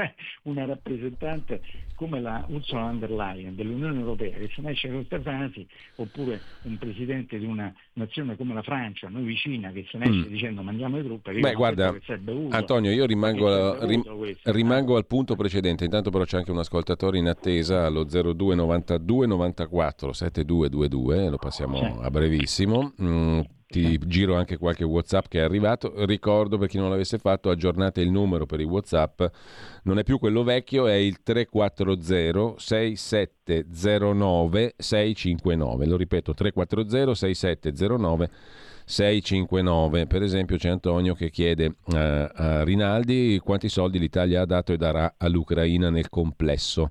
una rappresentante come la Ursula von der Leyen dell'Unione Europea che se ne esce con queste frasi, oppure un presidente di una nazione come la Francia, a noi vicina, che se ne esce mm. dicendo mandiamo le truppe. Beh, guarda, Antonio, io rimango, rim, rimango al punto precedente. Intanto però c'è anche un ascoltatore in attesa allo zero due novantadue novantaquattro settantadue ventidue, lo passiamo sì. a brevissimo. Mm, ti giro anche qualche WhatsApp che è arrivato. Ricordo, per chi non l'avesse fatto, aggiornate il numero per i WhatsApp, non è più quello vecchio, è il tre quattro zero sei sette zero nove sei cinque nove. Lo ripeto, tre quattro zero sei sette zero nove sei cinque nove. Per esempio c'è Antonio che chiede uh, a Rinaldi quanti soldi l'Italia ha dato e darà all'Ucraina nel complesso.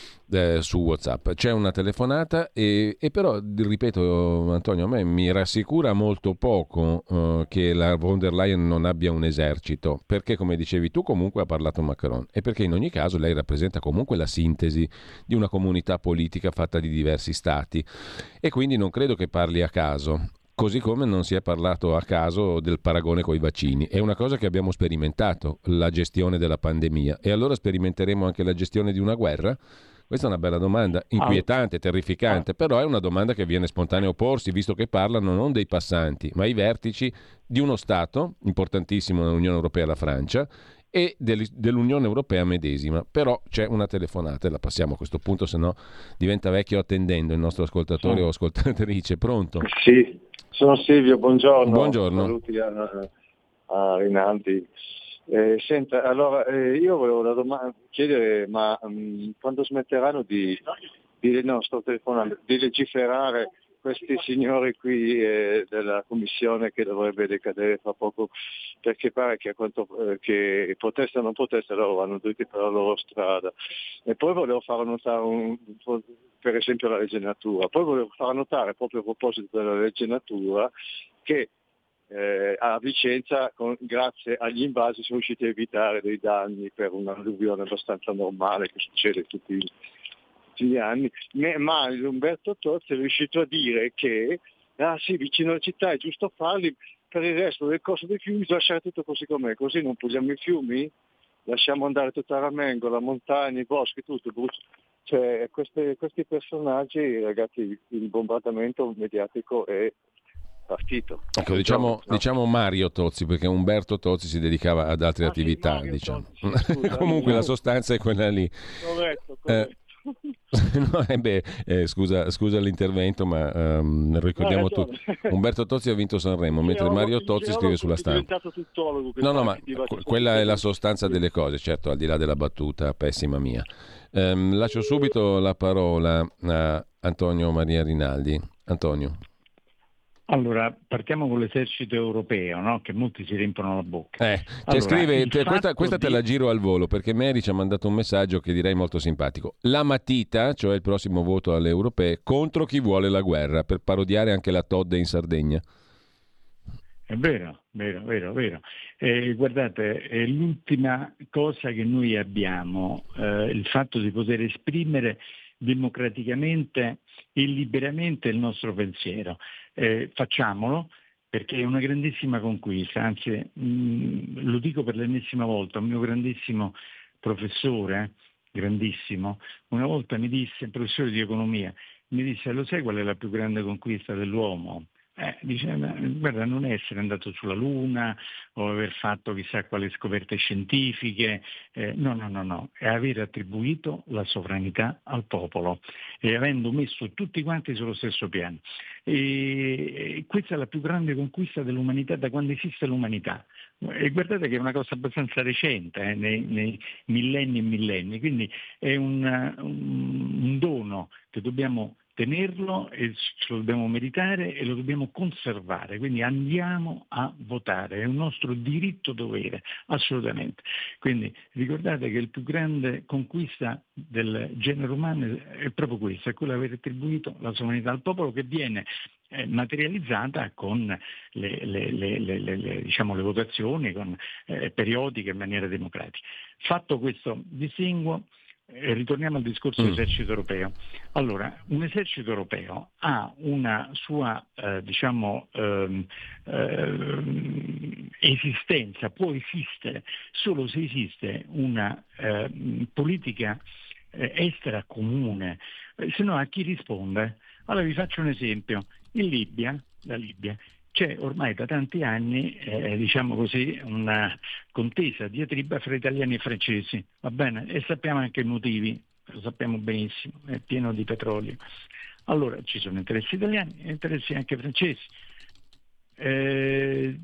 Eh, su WhatsApp c'è una telefonata e, e però ripeto, Antonio, a me mi rassicura molto poco uh, che la von der Leyen non abbia un esercito, perché come dicevi tu comunque ha parlato Macron, e perché in ogni caso lei rappresenta comunque la sintesi di una comunità politica fatta di diversi stati, e quindi non credo che parli a caso. Così come non si è parlato a caso del paragone coi vaccini. È una cosa che abbiamo sperimentato, la gestione della pandemia, e allora sperimenteremo anche la gestione di una guerra? Questa è una bella domanda, inquietante, terrificante, però è una domanda che viene spontaneo porsi, visto che parlano non dei passanti, ma i vertici di uno Stato importantissimo nell'Unione Europea, la Francia, e dell'Unione Europea medesima. Però c'è una telefonata e la passiamo a questo punto, se no diventa vecchio attendendo il nostro ascoltatore sì. o ascoltatrice. Pronto? Sì, sono Silvio, buongiorno. Buongiorno. Saluti a, a Rinaldi. Eh, senta, allora eh, io volevo la domanda, chiedere, ma um, quando smetteranno di, di, no, sto telefonando, di legiferare questi signori qui eh, della commissione che dovrebbe decadere fra poco, perché pare che, a quanto, eh, che protesta non protesta, loro vanno tutti per la loro strada. E poi volevo far notare un, per esempio la legge natura, poi volevo far notare proprio a proposito della legge natura che Eh, a Vicenza, con, grazie agli invasi, siamo riusciti a evitare dei danni per un'alluvione abbastanza normale che succede tutti, tutti gli anni. Ma Umberto Tozzi è riuscito a dire che ah sì, vicino alla città è giusto farli, per il resto del corso dei fiumi bisogna lasciare tutto così com'è, così non puliamo i fiumi, lasciamo andare tutta la Mengola, montagne, i boschi, tutto. Cioè, questi, questi personaggi, ragazzi, il bombardamento mediatico è partito. Ecco, diciamo, no. diciamo Mario Tozzi, perché Umberto Tozzi si dedicava ad altre ah, attività, sì, diciamo. Tozzi, scusa, comunque la sostanza è quella lì. Corretto, corretto. Eh, no, eh beh, eh, scusa, scusa l'intervento, ma um, ricordiamo no, tutti. Umberto Tozzi ha vinto Sanremo, mentre Mario Tozzi scrive sulla stampa. No, no, ma quella è la sostanza delle cose, certo, al di là della battuta pessima mia. Um, lascio subito la parola a Antonio Maria Rinaldi. Antonio. Allora, partiamo con l'esercito europeo, no? Che molti si riempiono la bocca. Eh, cioè allora, scrive, te, questa, questa di... te la giro al volo, perché Mary ci ha mandato un messaggio che direi molto simpatico. La matita, cioè il prossimo voto alle europee, contro chi vuole la guerra, per parodiare anche la Todde in Sardegna. È vero, vero, vero, vero. Eh, guardate, è l'ultima cosa che noi abbiamo, eh, il fatto di poter esprimere democraticamente e liberamente il nostro pensiero. Eh, facciamolo, perché è una grandissima conquista, anzi mh, lo dico per l'ennesima volta, un mio grandissimo professore, grandissimo, una volta mi disse, un professore di economia, mi disse: lo sai qual è la più grande conquista dell'uomo? Eh, dice, guarda, non è essere andato sulla Luna o aver fatto chissà quali scoperte scientifiche, eh, no, no, no, no, è aver attribuito la sovranità al popolo e avendo messo tutti quanti sullo stesso piano. E, e questa è la più grande conquista dell'umanità da quando esiste l'umanità. E guardate che è una cosa abbastanza recente, eh, nei, nei millenni e millenni, quindi è un, un, un dono che dobbiamo tenerlo e ce lo dobbiamo meritare e lo dobbiamo conservare, quindi andiamo a votare, è un nostro diritto dovere, assolutamente. Quindi ricordate che la più grande conquista del genere umano è proprio questa, è quella di aver attribuito la sovranità al popolo, che viene eh, materializzata con le, le, le, le, le, le, diciamo, le votazioni, con, eh, periodiche in maniera democratica. Fatto questo distinguo, Eh, ritorniamo al discorso mm. esercito europeo. Allora, un esercito europeo ha una sua eh, diciamo ehm, ehm, esistenza, può esistere solo se esiste una eh, politica eh, estera comune, eh, se no a chi risponde? Allora vi faccio un esempio. In Libia, la Libia, c'è ormai da tanti anni, eh, diciamo così, una contesa, diatriba fra italiani e francesi, va bene? E sappiamo anche i motivi, lo sappiamo benissimo, è pieno di petrolio. Allora ci sono interessi italiani e interessi anche francesi. Eh,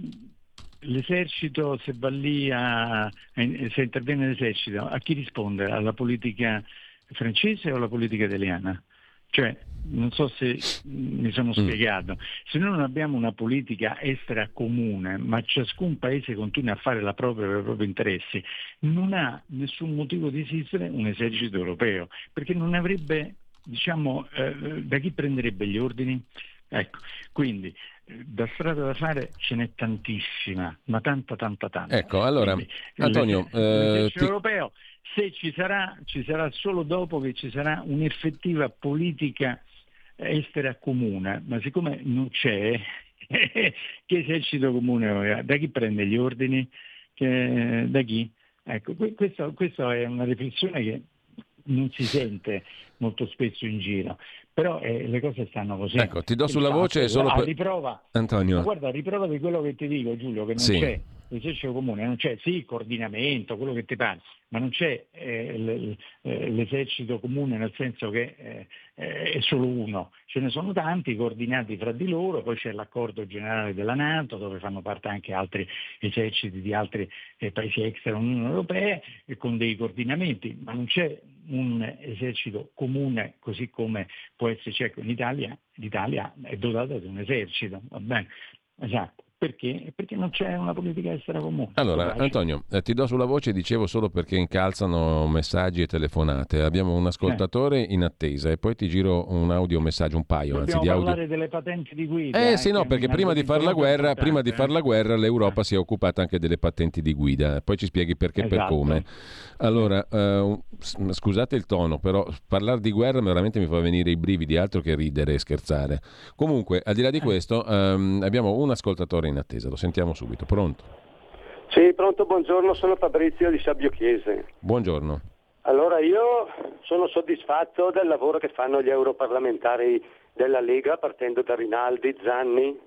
l'esercito, se va lì a, se interviene l'esercito, a chi risponde? Alla politica francese o alla politica italiana? Cioè, non so se mi sono spiegato, mm. se noi non abbiamo una politica estera comune, ma ciascun paese continua a fare la propria per i propri interessi, non ha nessun motivo di esistere un esercito europeo, perché non avrebbe, diciamo, eh, da chi prenderebbe gli ordini? Ecco, quindi eh, da strada da fare ce n'è tantissima, ma tanta, tanta, tanta. Ecco, allora, quindi, Antonio, l'esercito eh, ti... europeo, se ci sarà, ci sarà solo dopo che ci sarà un'effettiva politica estera comune, ma siccome non c'è, che esercito comune, da chi prende gli ordini? Che, da chi? Ecco, questo, questa è una riflessione che non si sente molto spesso in giro, però eh, le cose stanno così. Ecco, ti do sulla voce solo per... riprova, Antonio. Guarda, riprova di quello che ti dico, Giulio, che non sì. c'è l'esercito comune, non c'è, sì, coordinamento, quello che ti pare, ma non c'è eh, l- l- l'esercito comune, nel senso che eh, è solo uno, ce ne sono tanti coordinati fra di loro, poi c'è l'accordo generale della NATO dove fanno parte anche altri eserciti di altri eh, paesi extra Unione Europea e con dei coordinamenti, ma non c'è un esercito comune così come può esserci. Ecco, in Italia, l'Italia è dotata di un esercito, va bene? Esatto. Perché? Perché non c'è una politica estera comune. Allora, Antonio, eh, ti do sulla voce, dicevo solo perché incalzano messaggi e telefonate. Abbiamo un ascoltatore eh. in attesa e poi ti giro un audio messaggio, un paio, Dobbiamo anzi di audio. parlare delle patenti di guida. Eh sì, no, perché prima di far la guerra, prima di far la guerra l'Europa eh. si è occupata anche delle patenti di guida. Poi ci spieghi perché e esatto. per come. Allora, eh, scusate il tono, però parlare di guerra veramente mi fa venire i brividi, altro che ridere e scherzare. Comunque, al di là di questo, ehm, abbiamo un ascoltatore in attesa, lo sentiamo subito. Pronto? Sì, pronto, buongiorno, sono Fabrizio di Sabbio Chiese. Buongiorno. Allora, io sono soddisfatto del lavoro che fanno gli europarlamentari della Lega, partendo da Rinaldi, Zanni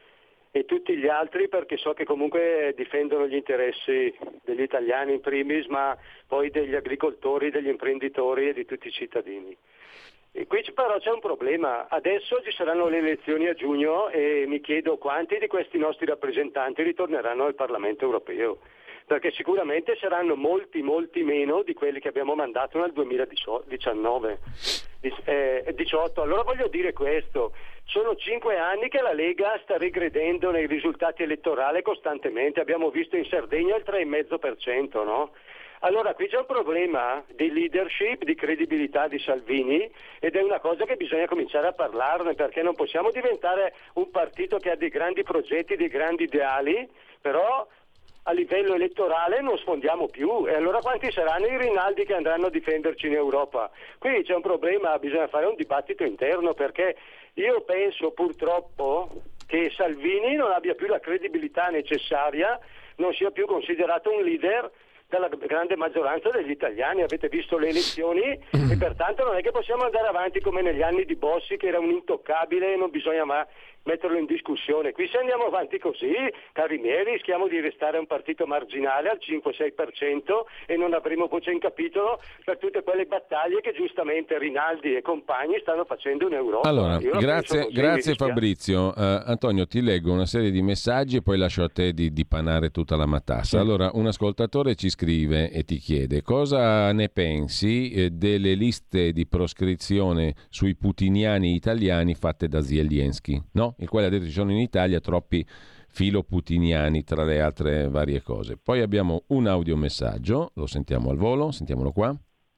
e tutti gli altri, perché so che comunque difendono gli interessi degli italiani in primis, ma poi degli agricoltori, degli imprenditori e di tutti i cittadini. E qui però c'è un problema, adesso ci saranno le elezioni a giugno e mi chiedo quanti di questi nostri rappresentanti ritorneranno al Parlamento europeo, perché sicuramente saranno molti molti meno di quelli che abbiamo mandato nel duemiladiciannove. eh, diciotto. Allora voglio dire questo, sono cinque anni che la Lega sta regredendo nei risultati elettorali costantemente, abbiamo visto in Sardegna il tre virgola cinque per cento, no? Allora qui c'è un problema di leadership, di credibilità di Salvini, ed è una cosa che bisogna cominciare a parlarne, perché non possiamo diventare un partito che ha dei grandi progetti, dei grandi ideali, però a livello elettorale non sfondiamo più. E allora quanti saranno i Rinaldi che andranno a difenderci in Europa? Qui c'è un problema, bisogna fare un dibattito interno, perché io penso purtroppo che Salvini non abbia più la credibilità necessaria, non sia più considerato un leader dalla grande maggioranza degli italiani. Avete visto le elezioni e pertanto non è che possiamo andare avanti come negli anni di Bossi, che era un intoccabile e non bisogna mai metterlo in discussione. Qui se andiamo avanti così, cari miei, rischiamo di restare un partito marginale al cinque sei per cento e non avremo voce in capitolo per tutte quelle battaglie che giustamente Rinaldi e compagni stanno facendo in Europa. Allora, grazie, grazie Fabrizio. Uh, Antonio, ti leggo una serie di messaggi e poi lascio a te di dipanare tutta la matassa. Allora, un ascoltatore ci scrive e ti chiede cosa ne pensi eh, delle liste di proscrizione sui putiniani italiani fatte da Zelensky, no? Il quale ha detto ci sono in Italia troppi filoputiniani, tra le altre varie cose. Poi abbiamo un audiomessaggio, lo sentiamo al volo, sentiamolo qua.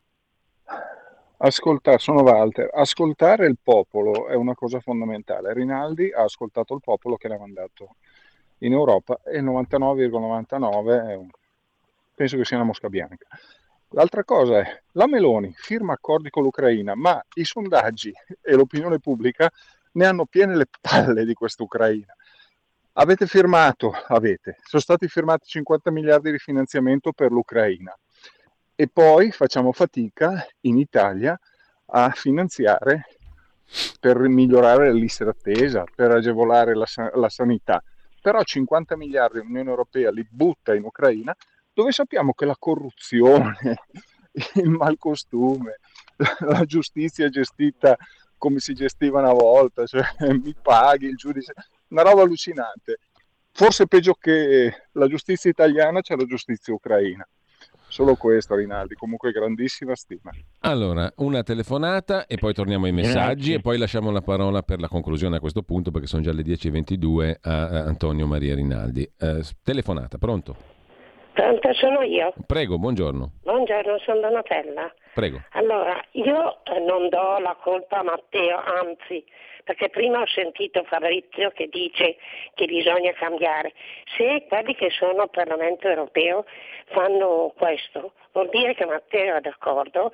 Ascoltare, sono Walter, ascoltare il popolo è una cosa fondamentale. Rinaldi ha ascoltato il popolo che l'ha mandato in Europa e il novantanove virgola novantanove è un... penso che sia una mosca bianca. L'altra cosa è, la Meloni firma accordi con l'Ucraina, ma i sondaggi e l'opinione pubblica ne hanno piene le palle di questa Ucraina. Avete firmato, avete, sono stati firmati cinquanta miliardi di finanziamento per l'Ucraina e poi facciamo fatica in Italia a finanziare per migliorare le liste d'attesa, per agevolare la, la sanità. Però cinquanta miliardi l'Unione Europea li butta in Ucraina, dove sappiamo che la corruzione, il malcostume, la giustizia gestita come si gestiva una volta, cioè mi paghi il giudice, una roba allucinante. Forse peggio che la giustizia italiana c'è la giustizia ucraina. Solo questo, Rinaldi, comunque grandissima stima. Allora, una telefonata e poi torniamo ai messaggi. Grazie. E poi lasciamo la parola per la conclusione a questo punto, perché sono già le dieci e ventidue a Antonio Maria Rinaldi. Eh, telefonata, pronto? Pronto, sono io. Prego, buongiorno. Buongiorno, sono Donatella. Prego. Allora, io non do la colpa a Matteo, anzi, perché prima ho sentito Fabrizio che dice che bisogna cambiare. Se quelli che sono al Parlamento europeo fanno questo, vuol dire che Matteo è d'accordo.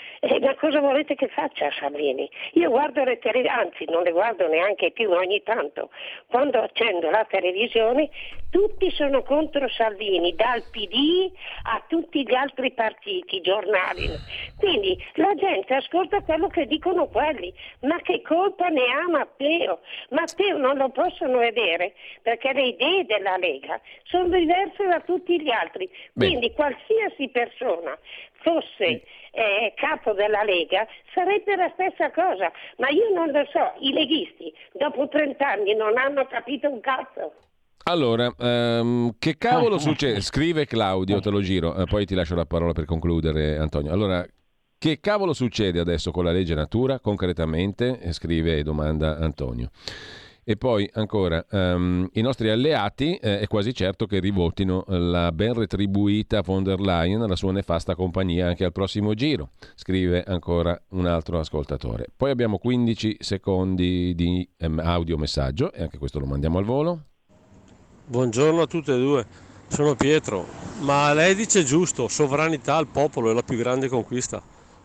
E ma cosa volete che faccia Salvini? Io guardo le televisioni, anzi non le guardo neanche più ogni tanto. Quando accendo la televisione tutti sono contro Salvini, dal P D a tutti gli altri partiti, giornali. Quindi la gente ascolta quello che dicono quelli. Ma che colpa ne ha Matteo? Matteo non lo possono vedere perché le idee della Lega sono diverse da tutti gli altri. Quindi Beh. qualsiasi persona fosse eh, capo della Lega sarebbe la stessa cosa, ma io non lo so, i leghisti dopo trent'anni non hanno capito un cazzo. Allora, um, che cavolo succede? Scrive Claudio, te lo giro, eh, poi ti lascio la parola per concludere, Antonio. Allora, che cavolo succede adesso con la legge natura, concretamente? Scrive e domanda Antonio. E poi ancora, um, i nostri alleati eh, è quasi certo che rivotino la ben retribuita von der Leyen, la sua nefasta compagnia, anche al prossimo giro, scrive ancora un altro ascoltatore. Poi abbiamo quindici secondi di um, audiomessaggio e anche questo lo mandiamo al volo. Buongiorno a tutte e due, sono Pietro, ma lei dice giusto, sovranità al popolo è la più grande conquista,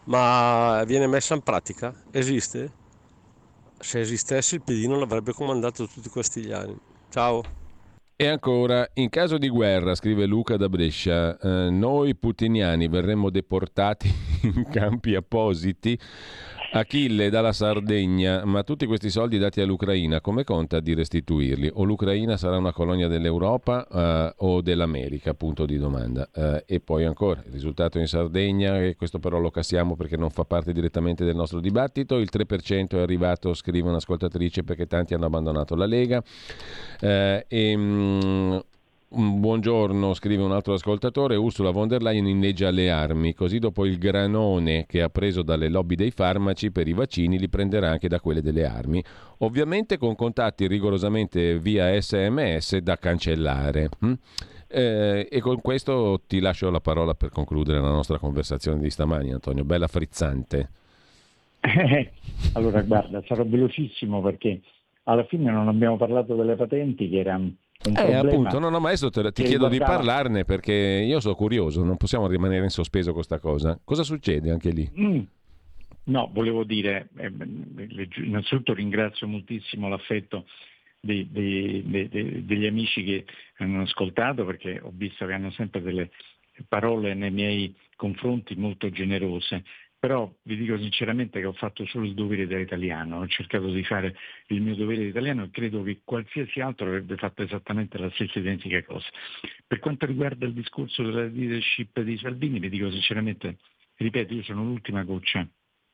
ma viene messa in pratica? Esiste? Se esistesse il P D non l'avrebbe comandato tutti questi anni. Ciao. E ancora, in caso di guerra, scrive Luca da Brescia, eh, noi putiniani verremmo deportati in campi appositi. Achille dalla Sardegna, ma tutti questi soldi dati all'Ucraina, come conta di restituirli? O l'Ucraina sarà una colonia dell'Europa eh, o dell'America? Punto di domanda. Eh, e poi ancora, il risultato in Sardegna, e questo però lo cassiamo perché non fa parte direttamente del nostro dibattito, il tre per cento è arrivato, scrive un'ascoltatrice, perché tanti hanno abbandonato la Lega. Eh, e... Mh, Un buongiorno, scrive un altro ascoltatore, Ursula von der Leyen inneggia le armi, così dopo il granone che ha preso dalle lobby dei farmaci per i vaccini li prenderà anche da quelle delle armi, ovviamente con contatti rigorosamente via sms da cancellare. Hm? Eh, e con questo ti lascio la parola per concludere la nostra conversazione di stamani, Antonio, bella frizzante. Allora guarda, sarò velocissimo perché alla fine non abbiamo parlato delle patenti che era un eh, appunto, no, no, ma adesso te, ti chiedo riguardava... di parlarne perché io sono curioso, non possiamo rimanere in sospeso con questa cosa. Cosa succede anche lì? Mm. No, volevo dire, eh, innanzitutto ringrazio moltissimo l'affetto dei, dei, dei, dei, degli amici che hanno ascoltato, perché ho visto che hanno sempre delle parole nei miei confronti molto generose. Però vi dico sinceramente che ho fatto solo il dovere da italiano, ho cercato di fare il mio dovere da italiano e credo che qualsiasi altro avrebbe fatto esattamente la stessa identica cosa. Per quanto riguarda il discorso della leadership di Salvini, vi dico sinceramente, ripeto, io sono l'ultima goccia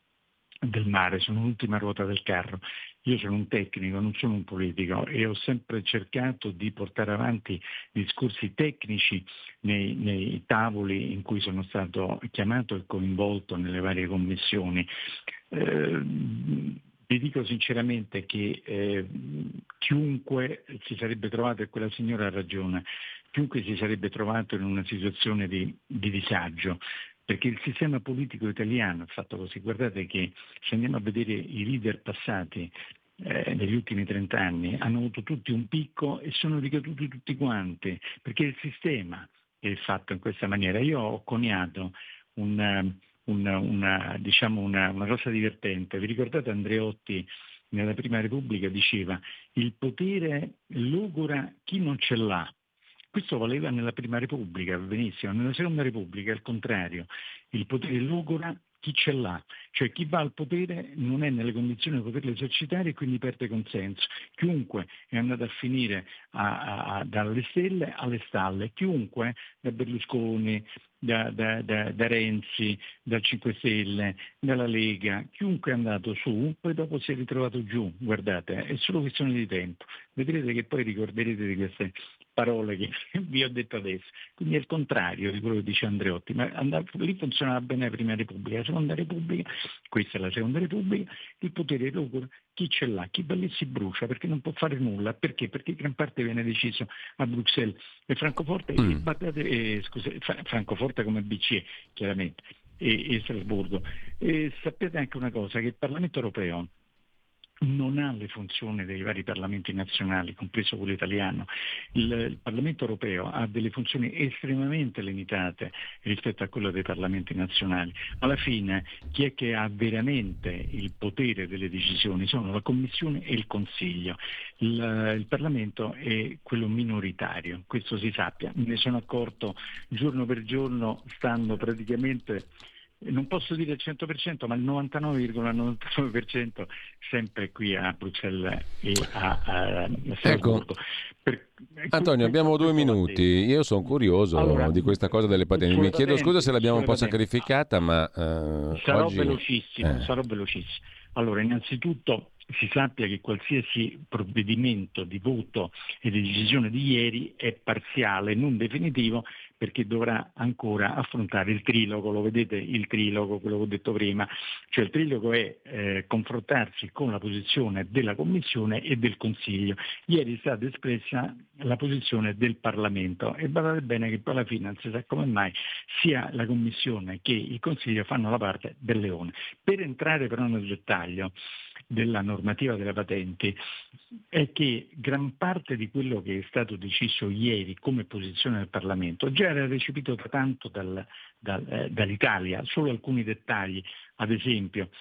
del mare, sono l'ultima ruota del carro. Io sono un tecnico, non sono un politico e ho sempre cercato di portare avanti discorsi tecnici nei, nei tavoli in cui sono stato chiamato e coinvolto nelle varie commissioni. Eh, vi dico sinceramente che eh, chiunque si sarebbe trovato, e quella signora ha ragione, chiunque si sarebbe trovato in una situazione di, di disagio, perché il sistema politico italiano è fatto così. Guardate che se andiamo a vedere i leader passati eh, negli ultimi trent'anni, hanno avuto tutti un picco e sono ricaduti tutti quanti, perché il sistema è fatto in questa maniera. Io ho coniato un, una, una, diciamo una, una cosa divertente. Vi ricordate Andreotti nella Prima Repubblica diceva il potere logora chi non ce l'ha. Questo valeva nella Prima Repubblica, benissimo. Nella Seconda Repubblica è il contrario, il potere logora chi ce l'ha, cioè chi va al potere non è nelle condizioni di poterlo esercitare e quindi perde consenso. Chiunque è andato a finire a, a, a, dalle stelle alle stalle, chiunque da Berlusconi, da, da, da, da Renzi, dal cinque Stelle, dalla Lega, chiunque è andato su, poi dopo si è ritrovato giù, guardate, è solo questione di tempo. Vedrete che poi ricorderete di queste parole che vi ho detto adesso. Quindi è il contrario di quello che dice Andreotti, ma andava, lì funzionava bene la Prima Repubblica, la Seconda Repubblica, questa è la Seconda Repubblica, il potere logora chi ce l'ha, chi va lì si brucia perché non può fare nulla. Perché? Perché gran parte viene deciso a Bruxelles e Francoforte, mm. e, e, scusa, Francoforte come B C E chiaramente, e, e Strasburgo. E sappiate anche una cosa, che il Parlamento europeo non ha le funzioni dei vari parlamenti nazionali, compreso quello italiano. Il, il Parlamento europeo ha delle funzioni estremamente limitate rispetto a quelle dei parlamenti nazionali. Alla fine chi è che ha veramente il potere delle decisioni? Sono la Commissione e il Consiglio. Il, il Parlamento è quello minoritario, questo si sappia. Me ne sono accorto giorno per giorno, stando praticamente, non posso dire il cento per cento, ma il novantanove virgola novantanove per cento sempre qui a Bruxelles e a, a, a Strasburgo. Ecco. Per, Antonio, abbiamo due minuti. Io sono curioso allora, di questa cosa delle patenti. Mi chiedo scusa se l'abbiamo un po' sacrificata, ma uh, sarò oggi... velocissimo, eh. sarò velocissimo. Allora, innanzitutto si sappia che qualsiasi provvedimento di voto e di decisione di ieri è parziale, non definitivo, perché dovrà ancora affrontare il trilogo. Lo vedete il trilogo, quello che ho detto prima, cioè il trilogo è eh, confrontarsi con la posizione della Commissione e del Consiglio. Ieri è stata espressa la posizione del Parlamento e badate bene che poi alla fine, non si sa come mai, sia la Commissione che il Consiglio fanno la parte del leone. Per entrare però nel dettaglio della normativa delle patenti è che gran parte di quello che è stato deciso ieri come posizione del Parlamento già era recepito da tanto dal, dal, eh, dall'Italia, solo alcuni dettagli, ad esempio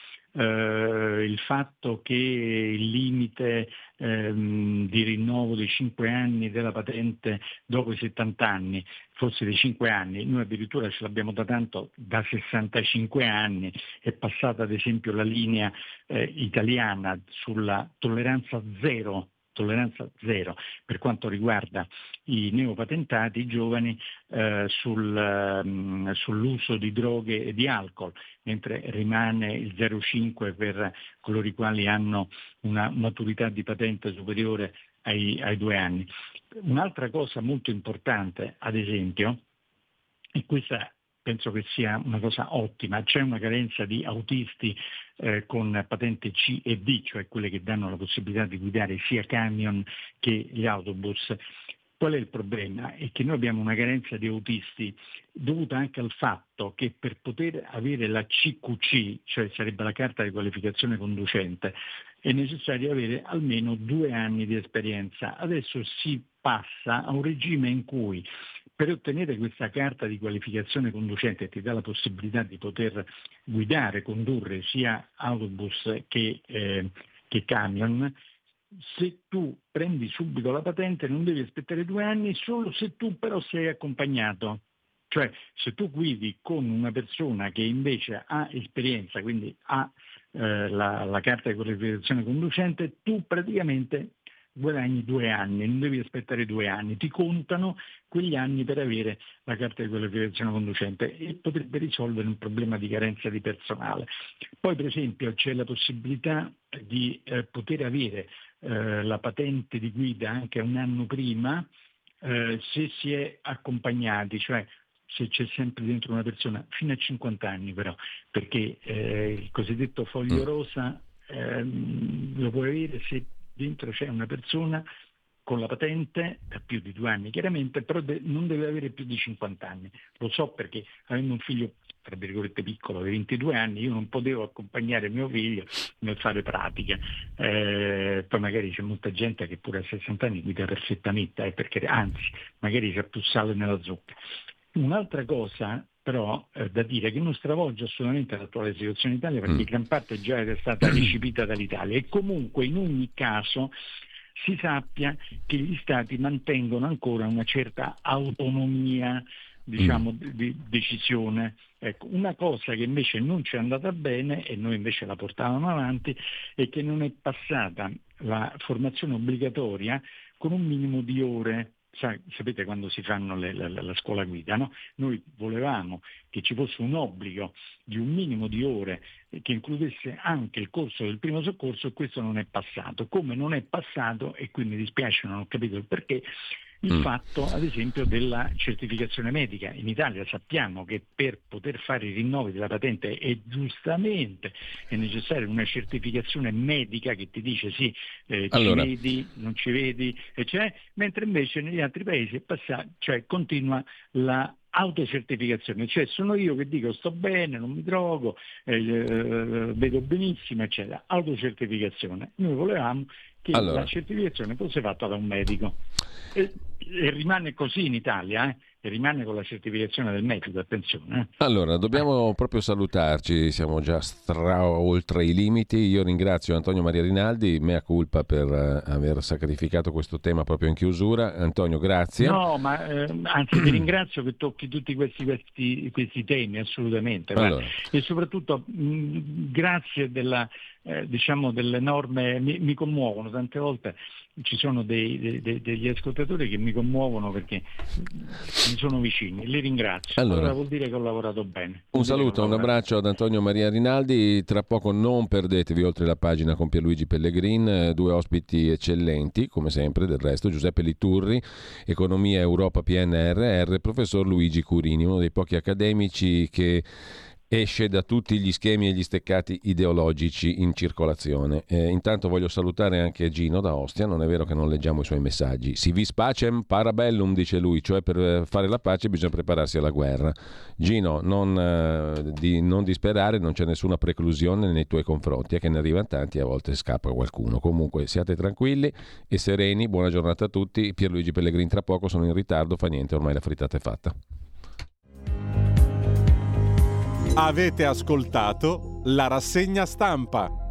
eh, il fatto che il limite ehm, di rinnovo dei cinque anni della patente dopo i settanta anni fosse dei cinque anni, noi addirittura ce l'abbiamo da tanto, da sessantacinque anni, è passata ad esempio la linea eh, italiana sulla tolleranza zero, tolleranza zero per quanto riguarda i neopatentati, i giovani, eh, sul, um, sull'uso di droghe e di alcol, mentre rimane il zero virgola cinque per coloro i quali hanno una maturità di patente superiore ai, ai due anni. Un'altra cosa molto importante, ad esempio, e questa penso che sia una cosa ottima, c'è una carenza di autisti eh, con patente C e D, cioè quelle che danno la possibilità di guidare sia camion che gli autobus. Qual è il problema? È che noi abbiamo una carenza di autisti dovuta anche al fatto che per poter avere la C Q C, cioè sarebbe la carta di qualificazione conducente, è necessario avere almeno due anni di esperienza. Adesso si passa a un regime in cui per ottenere questa carta di qualificazione conducente che ti dà la possibilità di poter guidare, condurre sia autobus che, eh, che camion, se tu prendi subito la patente non devi aspettare due anni solo se tu però sei accompagnato. Cioè se tu guidi con una persona che invece ha esperienza, quindi ha eh, la, la carta di qualificazione conducente, tu praticamente guadagni due anni, non devi aspettare due anni, ti contano quegli anni per avere la carta di qualificazione conducente e potrebbe risolvere un problema di carenza di personale. Poi per esempio c'è la possibilità di eh, poter avere eh, la patente di guida anche un anno prima eh, se si è accompagnati, cioè se c'è sempre dentro una persona, fino a cinquanta anni però, perché eh, il cosiddetto foglio rosa ehm, lo puoi avere se dentro c'è una persona con la patente da più di due anni chiaramente, però de- non deve avere più di cinquanta anni. Lo so perché avendo un figlio tra virgolette piccolo di ventidue anni io non potevo accompagnare mio figlio nel fare pratica. Eh, poi magari c'è molta gente che pure a sessanta anni guida perfettamente, eh, perché anzi magari c'è più sale nella zucca. Un'altra cosa però eh, da dire che non stravolge assolutamente l'attuale situazione in Italia, perché mm. gran parte già era stata recepita dall'Italia, e comunque in ogni caso si sappia che gli Stati mantengono ancora una certa autonomia, diciamo, mm. di decisione. Ecco, una cosa che invece non ci è andata bene, e noi invece la portavamo avanti, è che non è passata la formazione obbligatoria con un minimo di ore. Sapete quando si fanno le, la, la scuola guida, no? Noi volevamo che ci fosse un obbligo di un minimo di ore che includesse anche il corso del primo soccorso, e questo non è passato. Come non è passato, e qui mi dispiace, non ho capito il perché, il mm. fatto ad esempio della certificazione medica. In Italia sappiamo che per poter fare i rinnovi della patente è giustamente è necessaria una certificazione medica che ti dice sì, eh, allora. ci vedi, non ci vedi, eccetera, mentre invece negli altri paesi è passato, cioè continua la autocertificazione, cioè sono io che dico sto bene, non mi drogo, eh, eh, vedo benissimo, eccetera. Autocertificazione. Noi volevamo che allora. la certificazione fosse fatta da un medico, e, e rimane così in Italia, eh? E rimane con la certificazione del medico, attenzione. Eh? Allora, dobbiamo proprio salutarci, siamo già stra oltre i limiti. Io ringrazio Antonio Maria Rinaldi, mea culpa per uh, aver sacrificato questo tema proprio in chiusura. Antonio, grazie. No, ma eh, anzi ti ringrazio che tocchi tutti questi, questi, questi temi, assolutamente. Allora. E soprattutto mh, grazie della, eh, diciamo delle norme, mi, mi commuovono tante volte. Ci sono dei, dei, degli ascoltatori che mi commuovono perché mi sono vicini, li ringrazio. Allora, allora vuol dire che ho lavorato bene. Un saluto, un abbraccio ad Antonio Maria Rinaldi. Tra poco non perdetevi Oltre la pagina con Pierluigi Pellegrin, due ospiti eccellenti come sempre, del resto, Giuseppe Liturri, Economia Europa P N R R, professor Luigi Curini, uno dei pochi accademici che esce da tutti gli schemi e gli steccati ideologici in circolazione. Eh, intanto voglio salutare anche Gino da Ostia. Non è vero che non leggiamo i suoi messaggi. Si vis pacem parabellum, dice lui, cioè per fare la pace bisogna prepararsi alla guerra. Gino, non, eh, di, non disperare, non c'è nessuna preclusione nei tuoi confronti, è che ne arrivano tanti e a volte scappa qualcuno. Comunque siate tranquilli e sereni, buona giornata a tutti. Pierluigi Pellegrin tra poco, sono in ritardo, fa niente, ormai la frittata è fatta. Avete ascoltato la rassegna stampa.